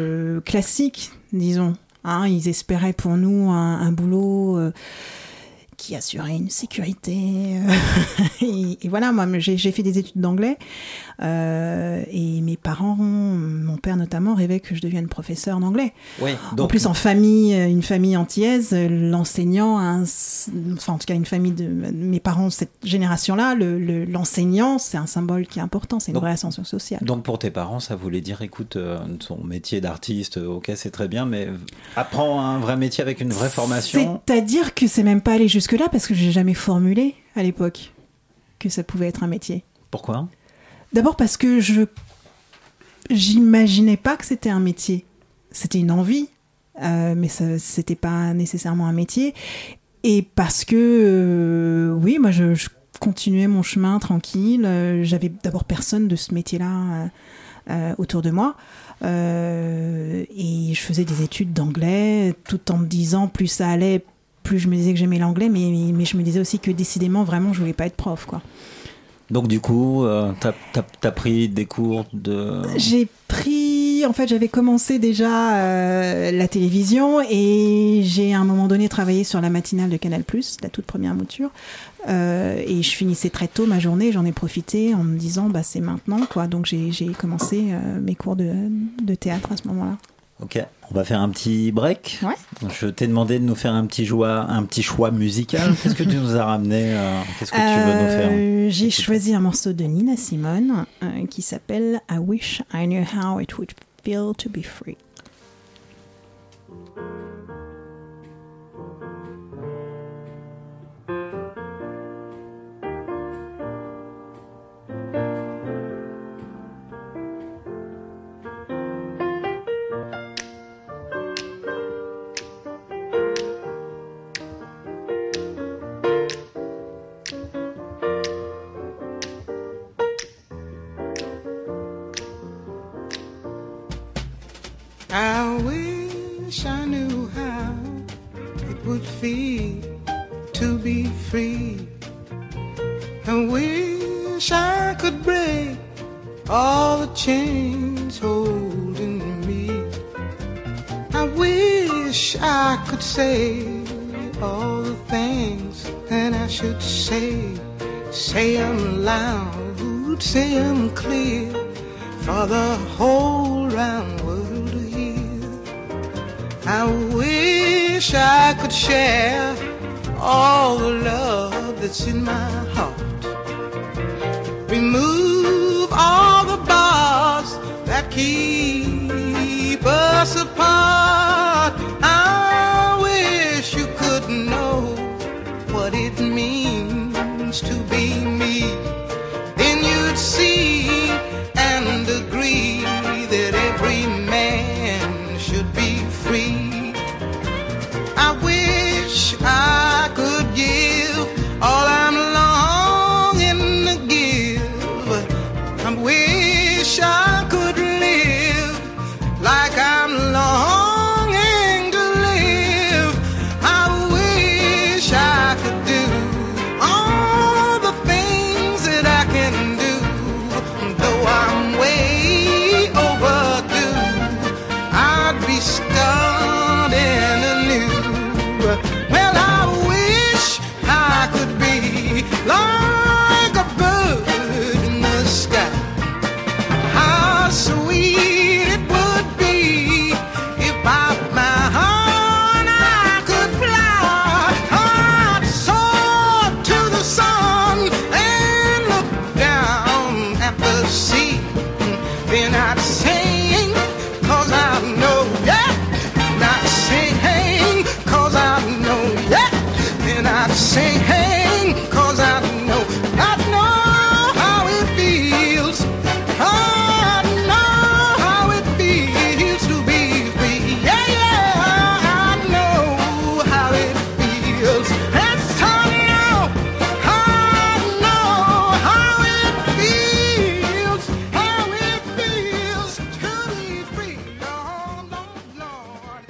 classiques, disons. Ils espéraient pour nous un boulot qui assurait une sécurité. Et voilà, moi, j'ai fait des études d'anglais. Et mes parents, mon père notamment, rêvait que je devienne professeur d'anglais. Oui, donc... En plus, en famille, une famille antillaise, l'enseignant, enfin en tout cas une famille de mes parents, cette génération-là, l'enseignant, c'est un symbole qui est important, c'est une vraie ascension sociale. Donc pour tes parents, ça voulait dire, écoute, ton métier d'artiste, ok, c'est très bien, mais apprends un vrai métier avec une vraie formation. C'est-à-dire que c'est même pas allé jusque-là parce que j'ai jamais formulé à l'époque que ça pouvait être un métier. Pourquoi ? D'abord parce que j'imaginais pas que c'était un métier. C'était une envie, mais c'était pas nécessairement un métier. Et parce que, oui, moi je continuais mon chemin tranquille. J'avais d'abord personne de ce métier-là autour de moi. Et je faisais des études d'anglais tout en me disant plus ça allait, plus je me disais que j'aimais l'anglais, mais je me disais aussi que décidément, vraiment, je voulais pas être prof, quoi. Donc du coup, t'as pris des cours de... En fait, j'avais commencé déjà la télévision et j'ai à un moment donné travaillé sur la matinale de Canal+, la toute première mouture. Et je finissais très tôt ma journée, j'en ai profité en me disant bah, c'est maintenant, quoi. Donc j'ai commencé mes cours de théâtre à ce moment-là. Ok, on va faire un petit break. Ouais. Je t'ai demandé de nous faire un petit choix musical. Qu'est-ce que tu nous as ramené Qu'est-ce que tu veux nous faire? J'ai choisi un morceau de Nina Simone qui s'appelle I Wish I Knew How It Would Feel to Be Free. I wish I knew how it would feel to be free. I wish I could break all the chains holding me. I wish I could say all the things that I should say. Say them loud, say them clear for the whole round world. I wish I could share all the love that's in my heart. Remove all the bars that keep us apart. I wish you could know what it means to be me. Then you'd see and agree that every man should be free. I wish I could give all I'm longing to give. I wish I could live like I'm longing to live. I wish I could do all the things that I can do. Though I'm way overdue, I'd be starting anew. Well, I wish I could be like a bird in the sky. How sweet it would be if by my heart I could fly. I'd soar to the sun and look down at the sea. Then I'd sing, 'cause I know, yeah. Not sing, 'cause I know, yeah. Then I'd sing, 'cause I know how it feels. I know how it feels to be free. Yeah, yeah, I know how it feels. Yes, I know how it feels to be free. Oh, Lord, Lord.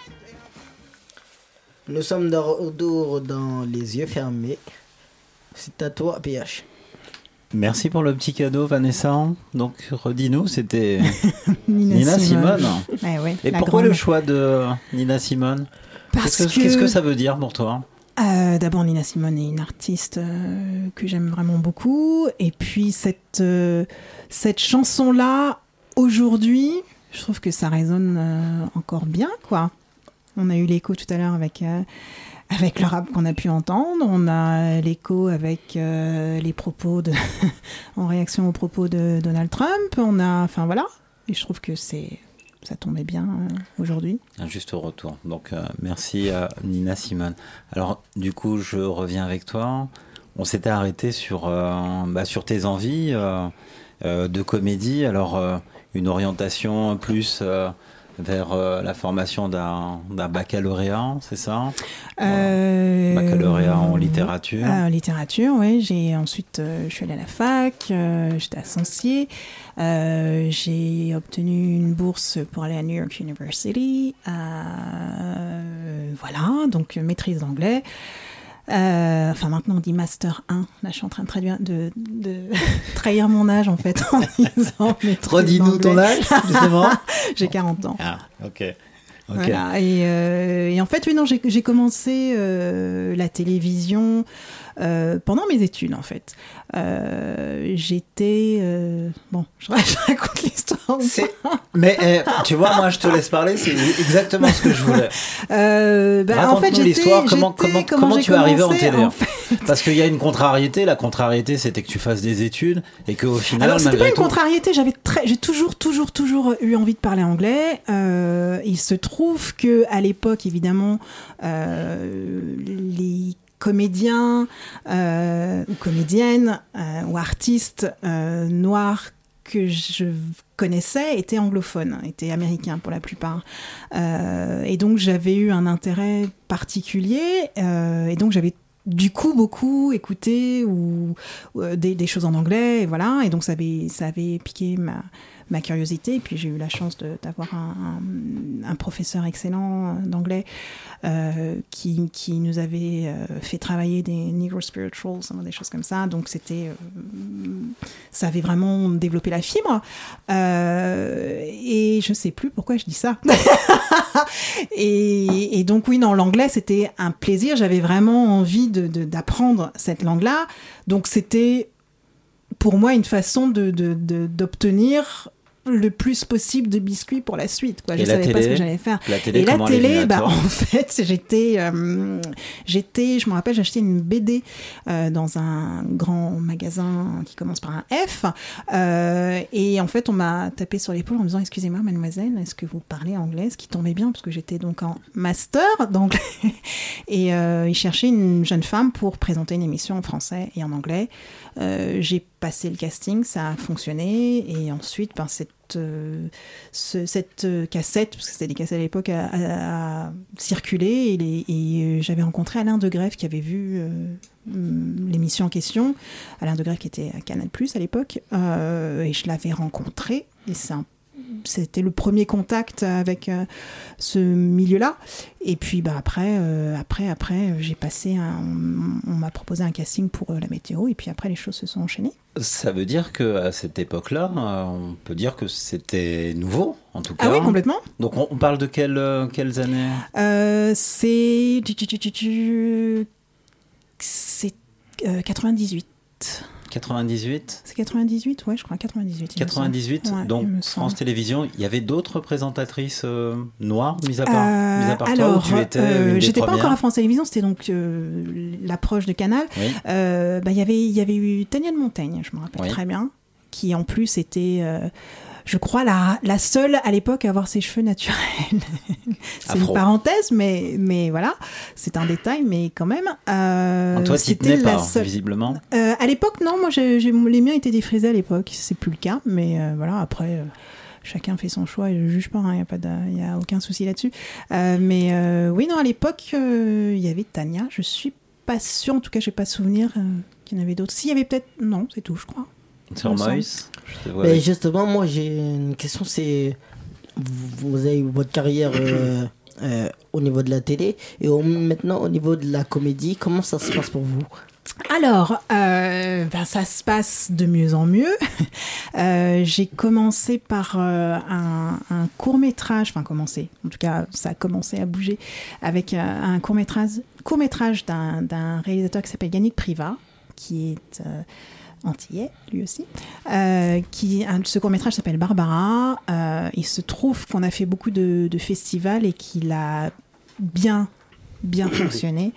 Nous sommes de retour dans Les Yeux Fermés. C'est à toi, PH. Merci pour le petit cadeau, Vanessa. Donc, redis-nous, c'était Nina Simone. Ouais, Et pourquoi le choix de Nina Simone? Qu'est-ce que ça veut dire pour toi? D'abord, Nina Simone est une artiste que j'aime vraiment beaucoup. Et puis, cette chanson-là, aujourd'hui, je trouve que ça résonne encore bien, quoi. On a eu l'écho tout à l'heure avec le rap qu'on a pu entendre. On a l'écho avec les propos en réaction aux propos de Donald Trump. Enfin, voilà. Et je trouve que ça tombait bien aujourd'hui. Un juste retour. Donc, merci à Nina Simone. Alors, du coup, je reviens avec toi. On s'était arrêté sur tes envies de comédie. Alors, une orientation plus vers la formation d'un baccalauréat, c'est ça? Baccalauréat en littérature. Littérature, oui. Ensuite, je suis allée à la fac, j'étais à Sancier. J'ai obtenu une bourse pour aller à New York University. Voilà, donc maîtrise d'anglais. Maintenant on dit Master 1. Là, je suis en train de trahir mon âge, en fait, en disant redis-nous ton âge, justement. J'ai 40 ans. Ah, ok. Voilà. Et en fait, oui, non, j'ai commencé la télévision pendant mes études, en fait. J'étais... Bon, je raconte l'histoire. Mais tu vois, moi, je te laisse parler, c'est exactement ce que je voulais. En fait, l'histoire, comment tu es arrivé en télé, en fait. Parce qu'il y a une contrariété. La contrariété, c'était que tu fasses des études et qu'au final, alors, c'était pas une tout... contrariété. J'ai toujours eu envie de parler anglais. Il se trouve que à l'époque, évidemment, les comédiens ou comédiennes ou artistes noirs que je connaissais étaient anglophones, étaient américains pour la plupart. Et donc, j'avais eu un intérêt particulier. Et donc, j'avais du coup beaucoup écouté des choses en anglais. Et voilà. Et donc, ça avait piqué ma curiosité. Et puis, j'ai eu la chance d'avoir un professeur excellent d'anglais qui nous avait fait travailler des Negro Spirituals, des choses comme ça. Donc, ça avait vraiment développé la fibre. Et je ne sais plus pourquoi je dis ça. et donc, oui, non, l'anglais, c'était un plaisir. J'avais vraiment envie d'apprendre cette langue-là. Donc, c'était pour moi une façon d'obtenir le plus possible de biscuits pour la suite, quoi. Je savais pas ce que j'allais faire. La télé, en fait, j'étais, je me rappelle, j'achetais une BD dans un grand magasin qui commence par un F, et en fait, on m'a tapé sur l'épaule en me disant: excusez-moi, mademoiselle, est-ce que vous parlez anglais? Ce qui tombait bien parce que j'étais donc en master d'anglais, et ils cherchaient une jeune femme pour présenter une émission en français et en anglais. J'ai passé le casting, ça a fonctionné, et ensuite, cette cassette, parce que c'était des cassettes à l'époque, a circulé, et j'avais rencontré Alain Degrève qui avait vu l'émission en question. Alain Degrève qui était à Canal+ à l'époque, et je l'avais rencontré, et c'était le premier contact avec ce milieu-là. Et puis après, j'ai passé on m'a proposé un casting pour la météo, et puis après les choses se sont enchaînées. Ça veut dire qu'à cette époque-là, on peut dire que c'était nouveau, en tout cas. Ah oui, complètement. Donc on parle de quelles années? C'est 98. 98? C'est 98, ouais, je crois, 98. 98, ouais, donc France Télévisions. Il y avait d'autres présentatrices noires, mis à part alors, toi, où tu étais j'étais pas encore à France Télévisions, c'était donc l'approche de Canal. Oui. Il y avait eu Tania de Montaigne, je me rappelle très bien, qui en plus était... je crois la seule à l'époque à avoir ses cheveux naturels. C'est une parenthèse, mais voilà, c'est un détail, mais quand même. Toi, tu tenais pas, visiblement. À l'époque, non, moi, les miens étaient défrisés à l'époque. C'est plus le cas, mais voilà, après, chacun fait son choix et je juge pas, hein, il y a aucun souci là-dessus. Mais oui, non, à l'époque, il y avait Tania. Je suis pas sûre, en tout cas, j'ai pas souvenir qu'il y en avait d'autres. S'il y avait peut-être, non, c'est tout, je crois. Sur Moïse, mais justement, moi j'ai une question, c'est vous avez eu votre carrière au niveau de la télé, et maintenant au niveau de la comédie, comment ça se passe pour vous? Alors, ça se passe de mieux en mieux. J'ai commencé par un court-métrage, en tout cas, ça a commencé à bouger avec un court-métrage court-métrage d'un réalisateur qui s'appelle Yannick Privat, qui est antillais, lui aussi. Ce court-métrage s'appelle Barbara. Il se trouve qu'on a fait beaucoup de festivals et qu'il a bien fonctionné.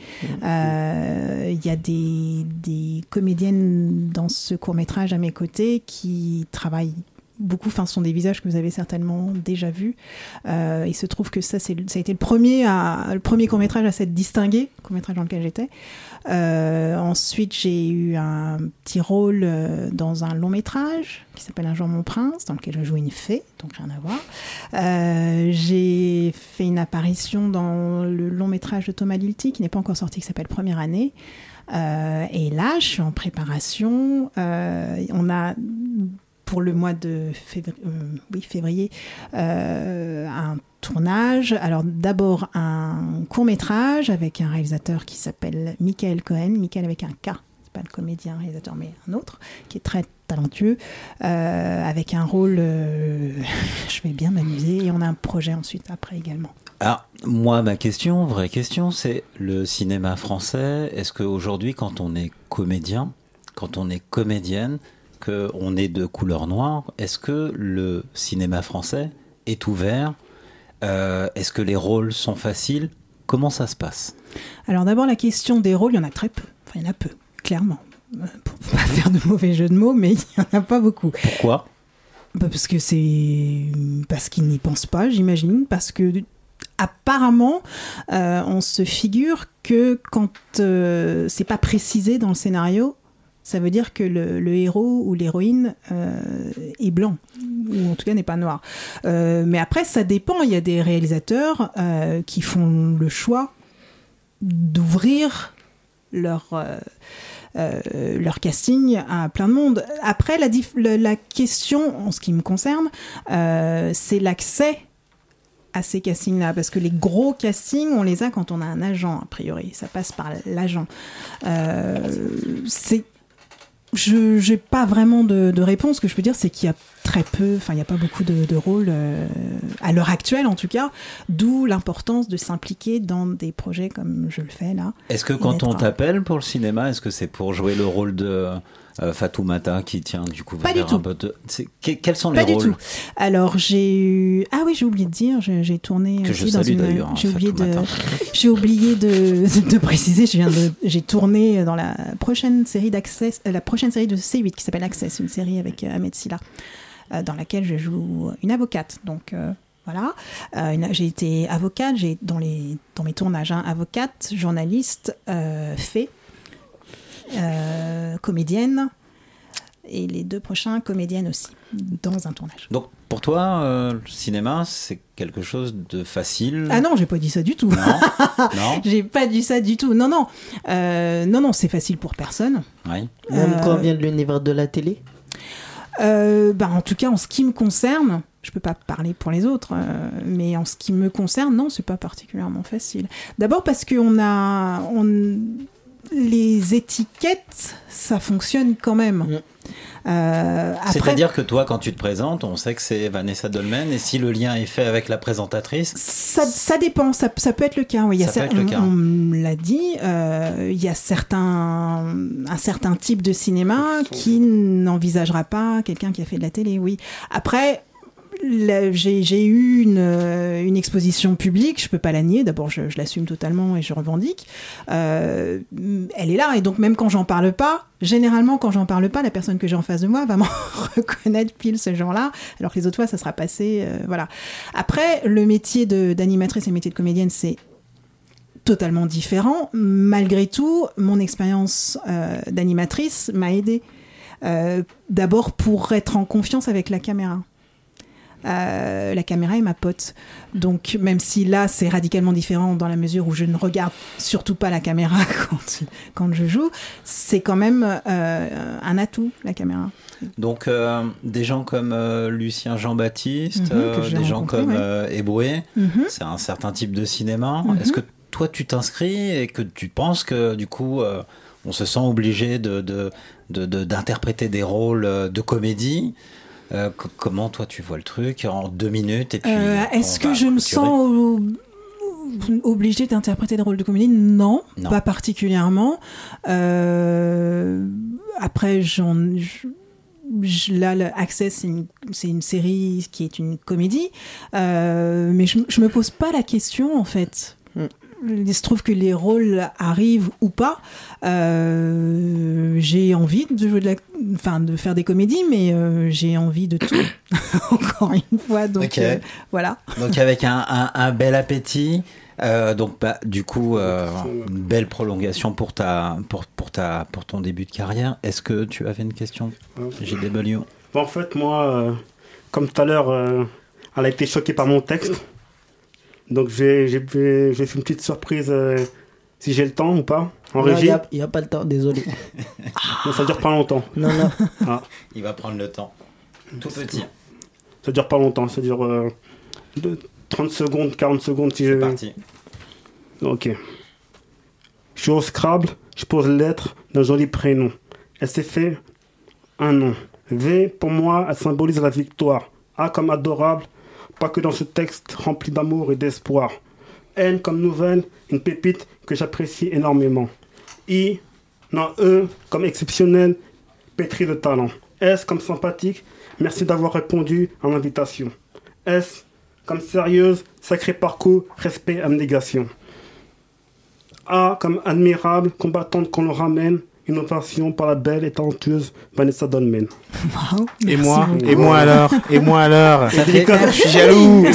Il y a des comédiennes dans ce court-métrage à mes côtés qui travaillent beaucoup, ce sont des visages que vous avez certainement déjà vus. Il se trouve que ça a été le premier court-métrage à s'être distingué, court-métrage dans lequel j'étais. Ensuite, j'ai eu un petit rôle dans un long-métrage qui s'appelle Un jour mon prince, dans lequel je joue une fée, donc rien à voir. J'ai fait une apparition dans le long-métrage de Thomas Lilti, qui n'est pas encore sorti, qui s'appelle Première année. Et là, je suis en préparation. On a... pour le mois de février, un tournage. Alors d'abord un court-métrage avec un réalisateur qui s'appelle Michael Cohen, Michael avec un K, c'est pas le comédien réalisateur mais un autre, qui est très talentueux, avec un rôle, je vais bien m'amuser, et on a un projet ensuite après également. Alors, moi, vraie question, c'est le cinéma français. Est-ce qu'aujourd'hui, quand on est comédien, quand on est comédienne, qu'on est de couleur noire, est-ce que le cinéma français est ouvert ? Est-ce que les rôles sont faciles ? Comment ça se passe ? Alors d'abord, la question des rôles, il y en a très peu. Enfin, il y en a peu, clairement. Pour ne pas faire de mauvais jeu de mots, mais il n'y en a pas beaucoup. Pourquoi ? Parce qu'ils n'y pensent pas, j'imagine. Parce que apparemment, on se figure que quand c'est pas précisé dans le scénario, ça veut dire que le héros ou l'héroïne est blanc, ou en tout cas n'est pas noir. Mais après, ça dépend. Il y a des réalisateurs qui font le choix d'ouvrir leur casting à plein de monde. Après, la question, en ce qui me concerne, c'est l'accès à ces castings-là, parce que les gros castings, on les a quand on a un agent, a priori. Ça passe par l'agent. Je n'ai pas vraiment de réponse. Ce que je peux dire, c'est qu'il y a très peu, il n'y a pas beaucoup de rôles, à l'heure actuelle en tout cas, d'où l'importance de s'impliquer dans des projets comme je le fais là. Est-ce que quand on t'appelle pour le cinéma, est-ce que c'est pour jouer le rôle de Fatoumata qui tient du coup vers un peu de... Quels sont les rôles ? Pas du tout. Alors j'ai eu... Ah oui, j'ai oublié de dire, j'ai tourné que aussi je salue d'ailleurs, j'ai oublié de préciser, j'ai tourné dans la prochaine série d'Access, la prochaine série de C8 qui s'appelle Access, une série avec Ahmed Silla, dans laquelle je joue une avocate. Donc voilà, j'ai été avocate, j'ai dans mes tournages, avocate, journaliste, fée, comédienne, et les 2 prochains comédiennes aussi dans un tournage. Donc pour toi, le cinéma, c'est quelque chose de facile ? Ah non, j'ai pas dit ça du tout. Non. J'ai pas dit ça du tout. Non, c'est facile pour personne. Oui. Même quand on vient de l'univers de la télé ? En tout cas, en ce qui me concerne, je peux pas parler pour les autres, mais en ce qui me concerne, non, c'est pas particulièrement facile. D'abord parce que les étiquettes, ça fonctionne quand même. C'est-à-dire que toi, quand tu te présentes, on sait que c'est Vanessa Dolmen, et si le lien est fait avec la présentatrice... Ça dépend, ça peut être le cas. Oui. On me l'a dit, il y a un certain type de cinéma qui n'envisagera pas quelqu'un qui a fait de la télé, oui. Après... J'ai eu une exposition publique, je peux pas la nier, d'abord je l'assume totalement et je revendique, elle est là, et donc même quand j'en parle pas, généralement quand j'en parle pas, la personne que j'ai en face de moi va m'en reconnaître pile ce genre-là, alors que les autres fois ça sera passé, voilà. Après, le métier d'animatrice et le métier de comédienne, c'est totalement différent. Malgré tout, mon expérience d'animatrice m'a aidée, d'abord pour être en confiance avec la caméra. La caméra est ma pote, donc même si là c'est radicalement différent dans la mesure où je ne regarde surtout pas la caméra quand je joue, c'est quand même un atout, la caméra. Donc des gens comme Lucien Jean-Baptiste, des gens comme Eboué, c'est un certain type de cinéma. Est-ce que toi tu t'inscris et que tu penses que du coup on se sent obligé d'interpréter des rôles de comédie? Comment toi tu vois le truc en 2 minutes et puis est-ce que je me sens Obligé d'interpréter le rôle de comédie, non, pas particulièrement. Après, là, Access, c'est une série qui est une comédie, mais je me pose pas la question en fait. Il se trouve que les rôles arrivent ou pas. J'ai envie de jouer de faire des comédies, mais j'ai envie de tout. Encore une fois, donc voilà. Donc avec un bel appétit. Donc du coup une belle prolongation pour ton début de carrière. Est-ce que tu avais une question, JW? En fait, moi, comme tout à l'heure, elle a été choquée par mon texte. Donc j'ai fait une petite surprise, si j'ai le temps ou pas, en régie. Il n'y a pas le temps, désolé. Ça dure pas longtemps. Non. Il va prendre le temps. Tout petit. Ça dure pas longtemps, ça dure 30 secondes, 40 secondes. Si c'est parti. Ok. Je suis au Scrabble, je pose lettre d'un joli prénom. Elle s'est fait un nom. V, pour moi, elle symbolise la victoire. A comme adorable, pas que dans ce texte rempli d'amour et d'espoir. N comme nouvelle, une pépite que j'apprécie énormément. E comme exceptionnel, pétri de talent. S comme sympathique, merci d'avoir répondu à l'invitation. S comme sérieuse, sacré parcours, respect, abnégation. A comme admirable, combattante qu'on le ramène, innovation par la belle et talentueuse Vanessa Dolmen. Wow, et moi alors je suis jaloux.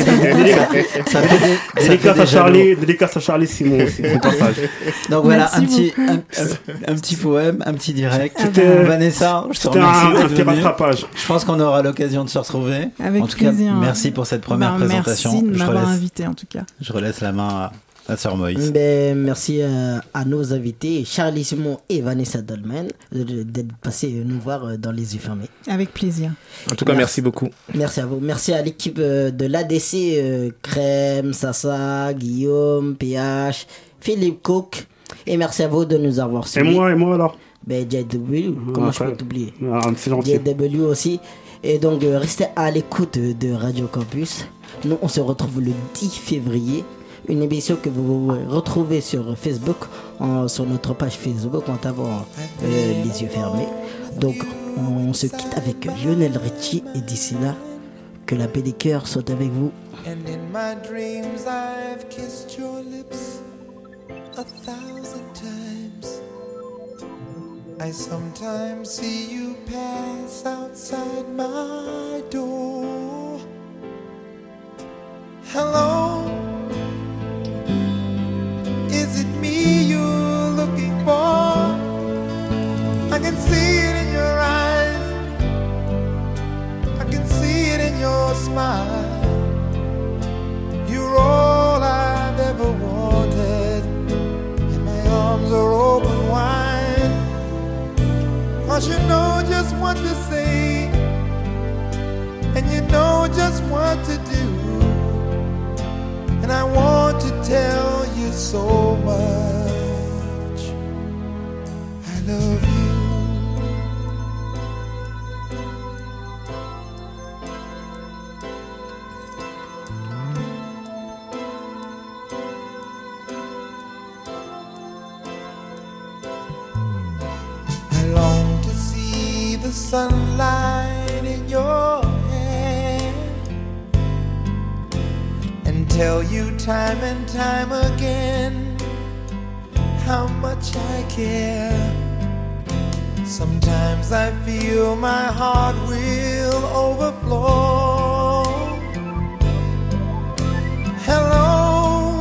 Dédicace à Charlie Simon aussi. Donc voilà, un petit poème, un petit direct. Vanessa, je te remercie. Un petit rattrapage. Je pense qu'on aura l'occasion de se retrouver. Avec en tout plaisir. Cas, merci pour cette première présentation. Merci de m'avoir invité en tout cas. Je relaisse la main à Sœur Moïse. Merci à nos invités, Charlie Simon et Vanessa Dolmen, d'être passés nous voir dans les yeux fermés. Avec plaisir. En tout cas, merci beaucoup. Merci à vous. Merci à l'équipe de l'ADC, Crème, Sassa, Guillaume, PH, Philippe Cook. Et merci à vous de nous avoir suivis. Et moi alors JW, comment je peux t'oublier? C'est gentil. JW aussi. Et donc, restez à l'écoute de Radio Campus. Nous, on se retrouve le 10 février. Une émission que vous retrouvez sur Facebook, sur notre page Facebook en tapant les yeux fermés. Donc on se quitte avec Lionel Richie et d'ici là, que la paix des cœurs soit avec vous. And in my dreams I've kissed your lips 1,000 times. I sometimes see you pass outside my door. Hello. Is it me you're looking for? I can see it in your eyes. I can see it in your smile. You're all I've ever wanted, and my arms are open wide. 'Cause you know just what to say, and you know just what to do. And I want to tell you so much I love you. I long to see the sunlight in your hair and tell you time and time again how much I care. Sometimes I feel my heart will overflow. Hello,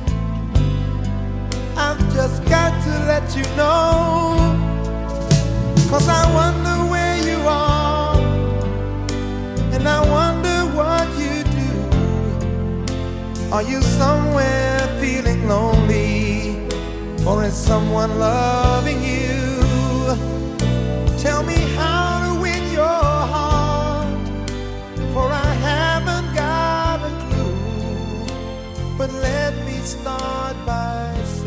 I've just got to let you know, 'cause I wonder where you are, and I wonder what you do. Are you somewhere feeling lonely, or is someone loving you? Tell me how to win your heart, for I haven't got a clue. But let me start by saying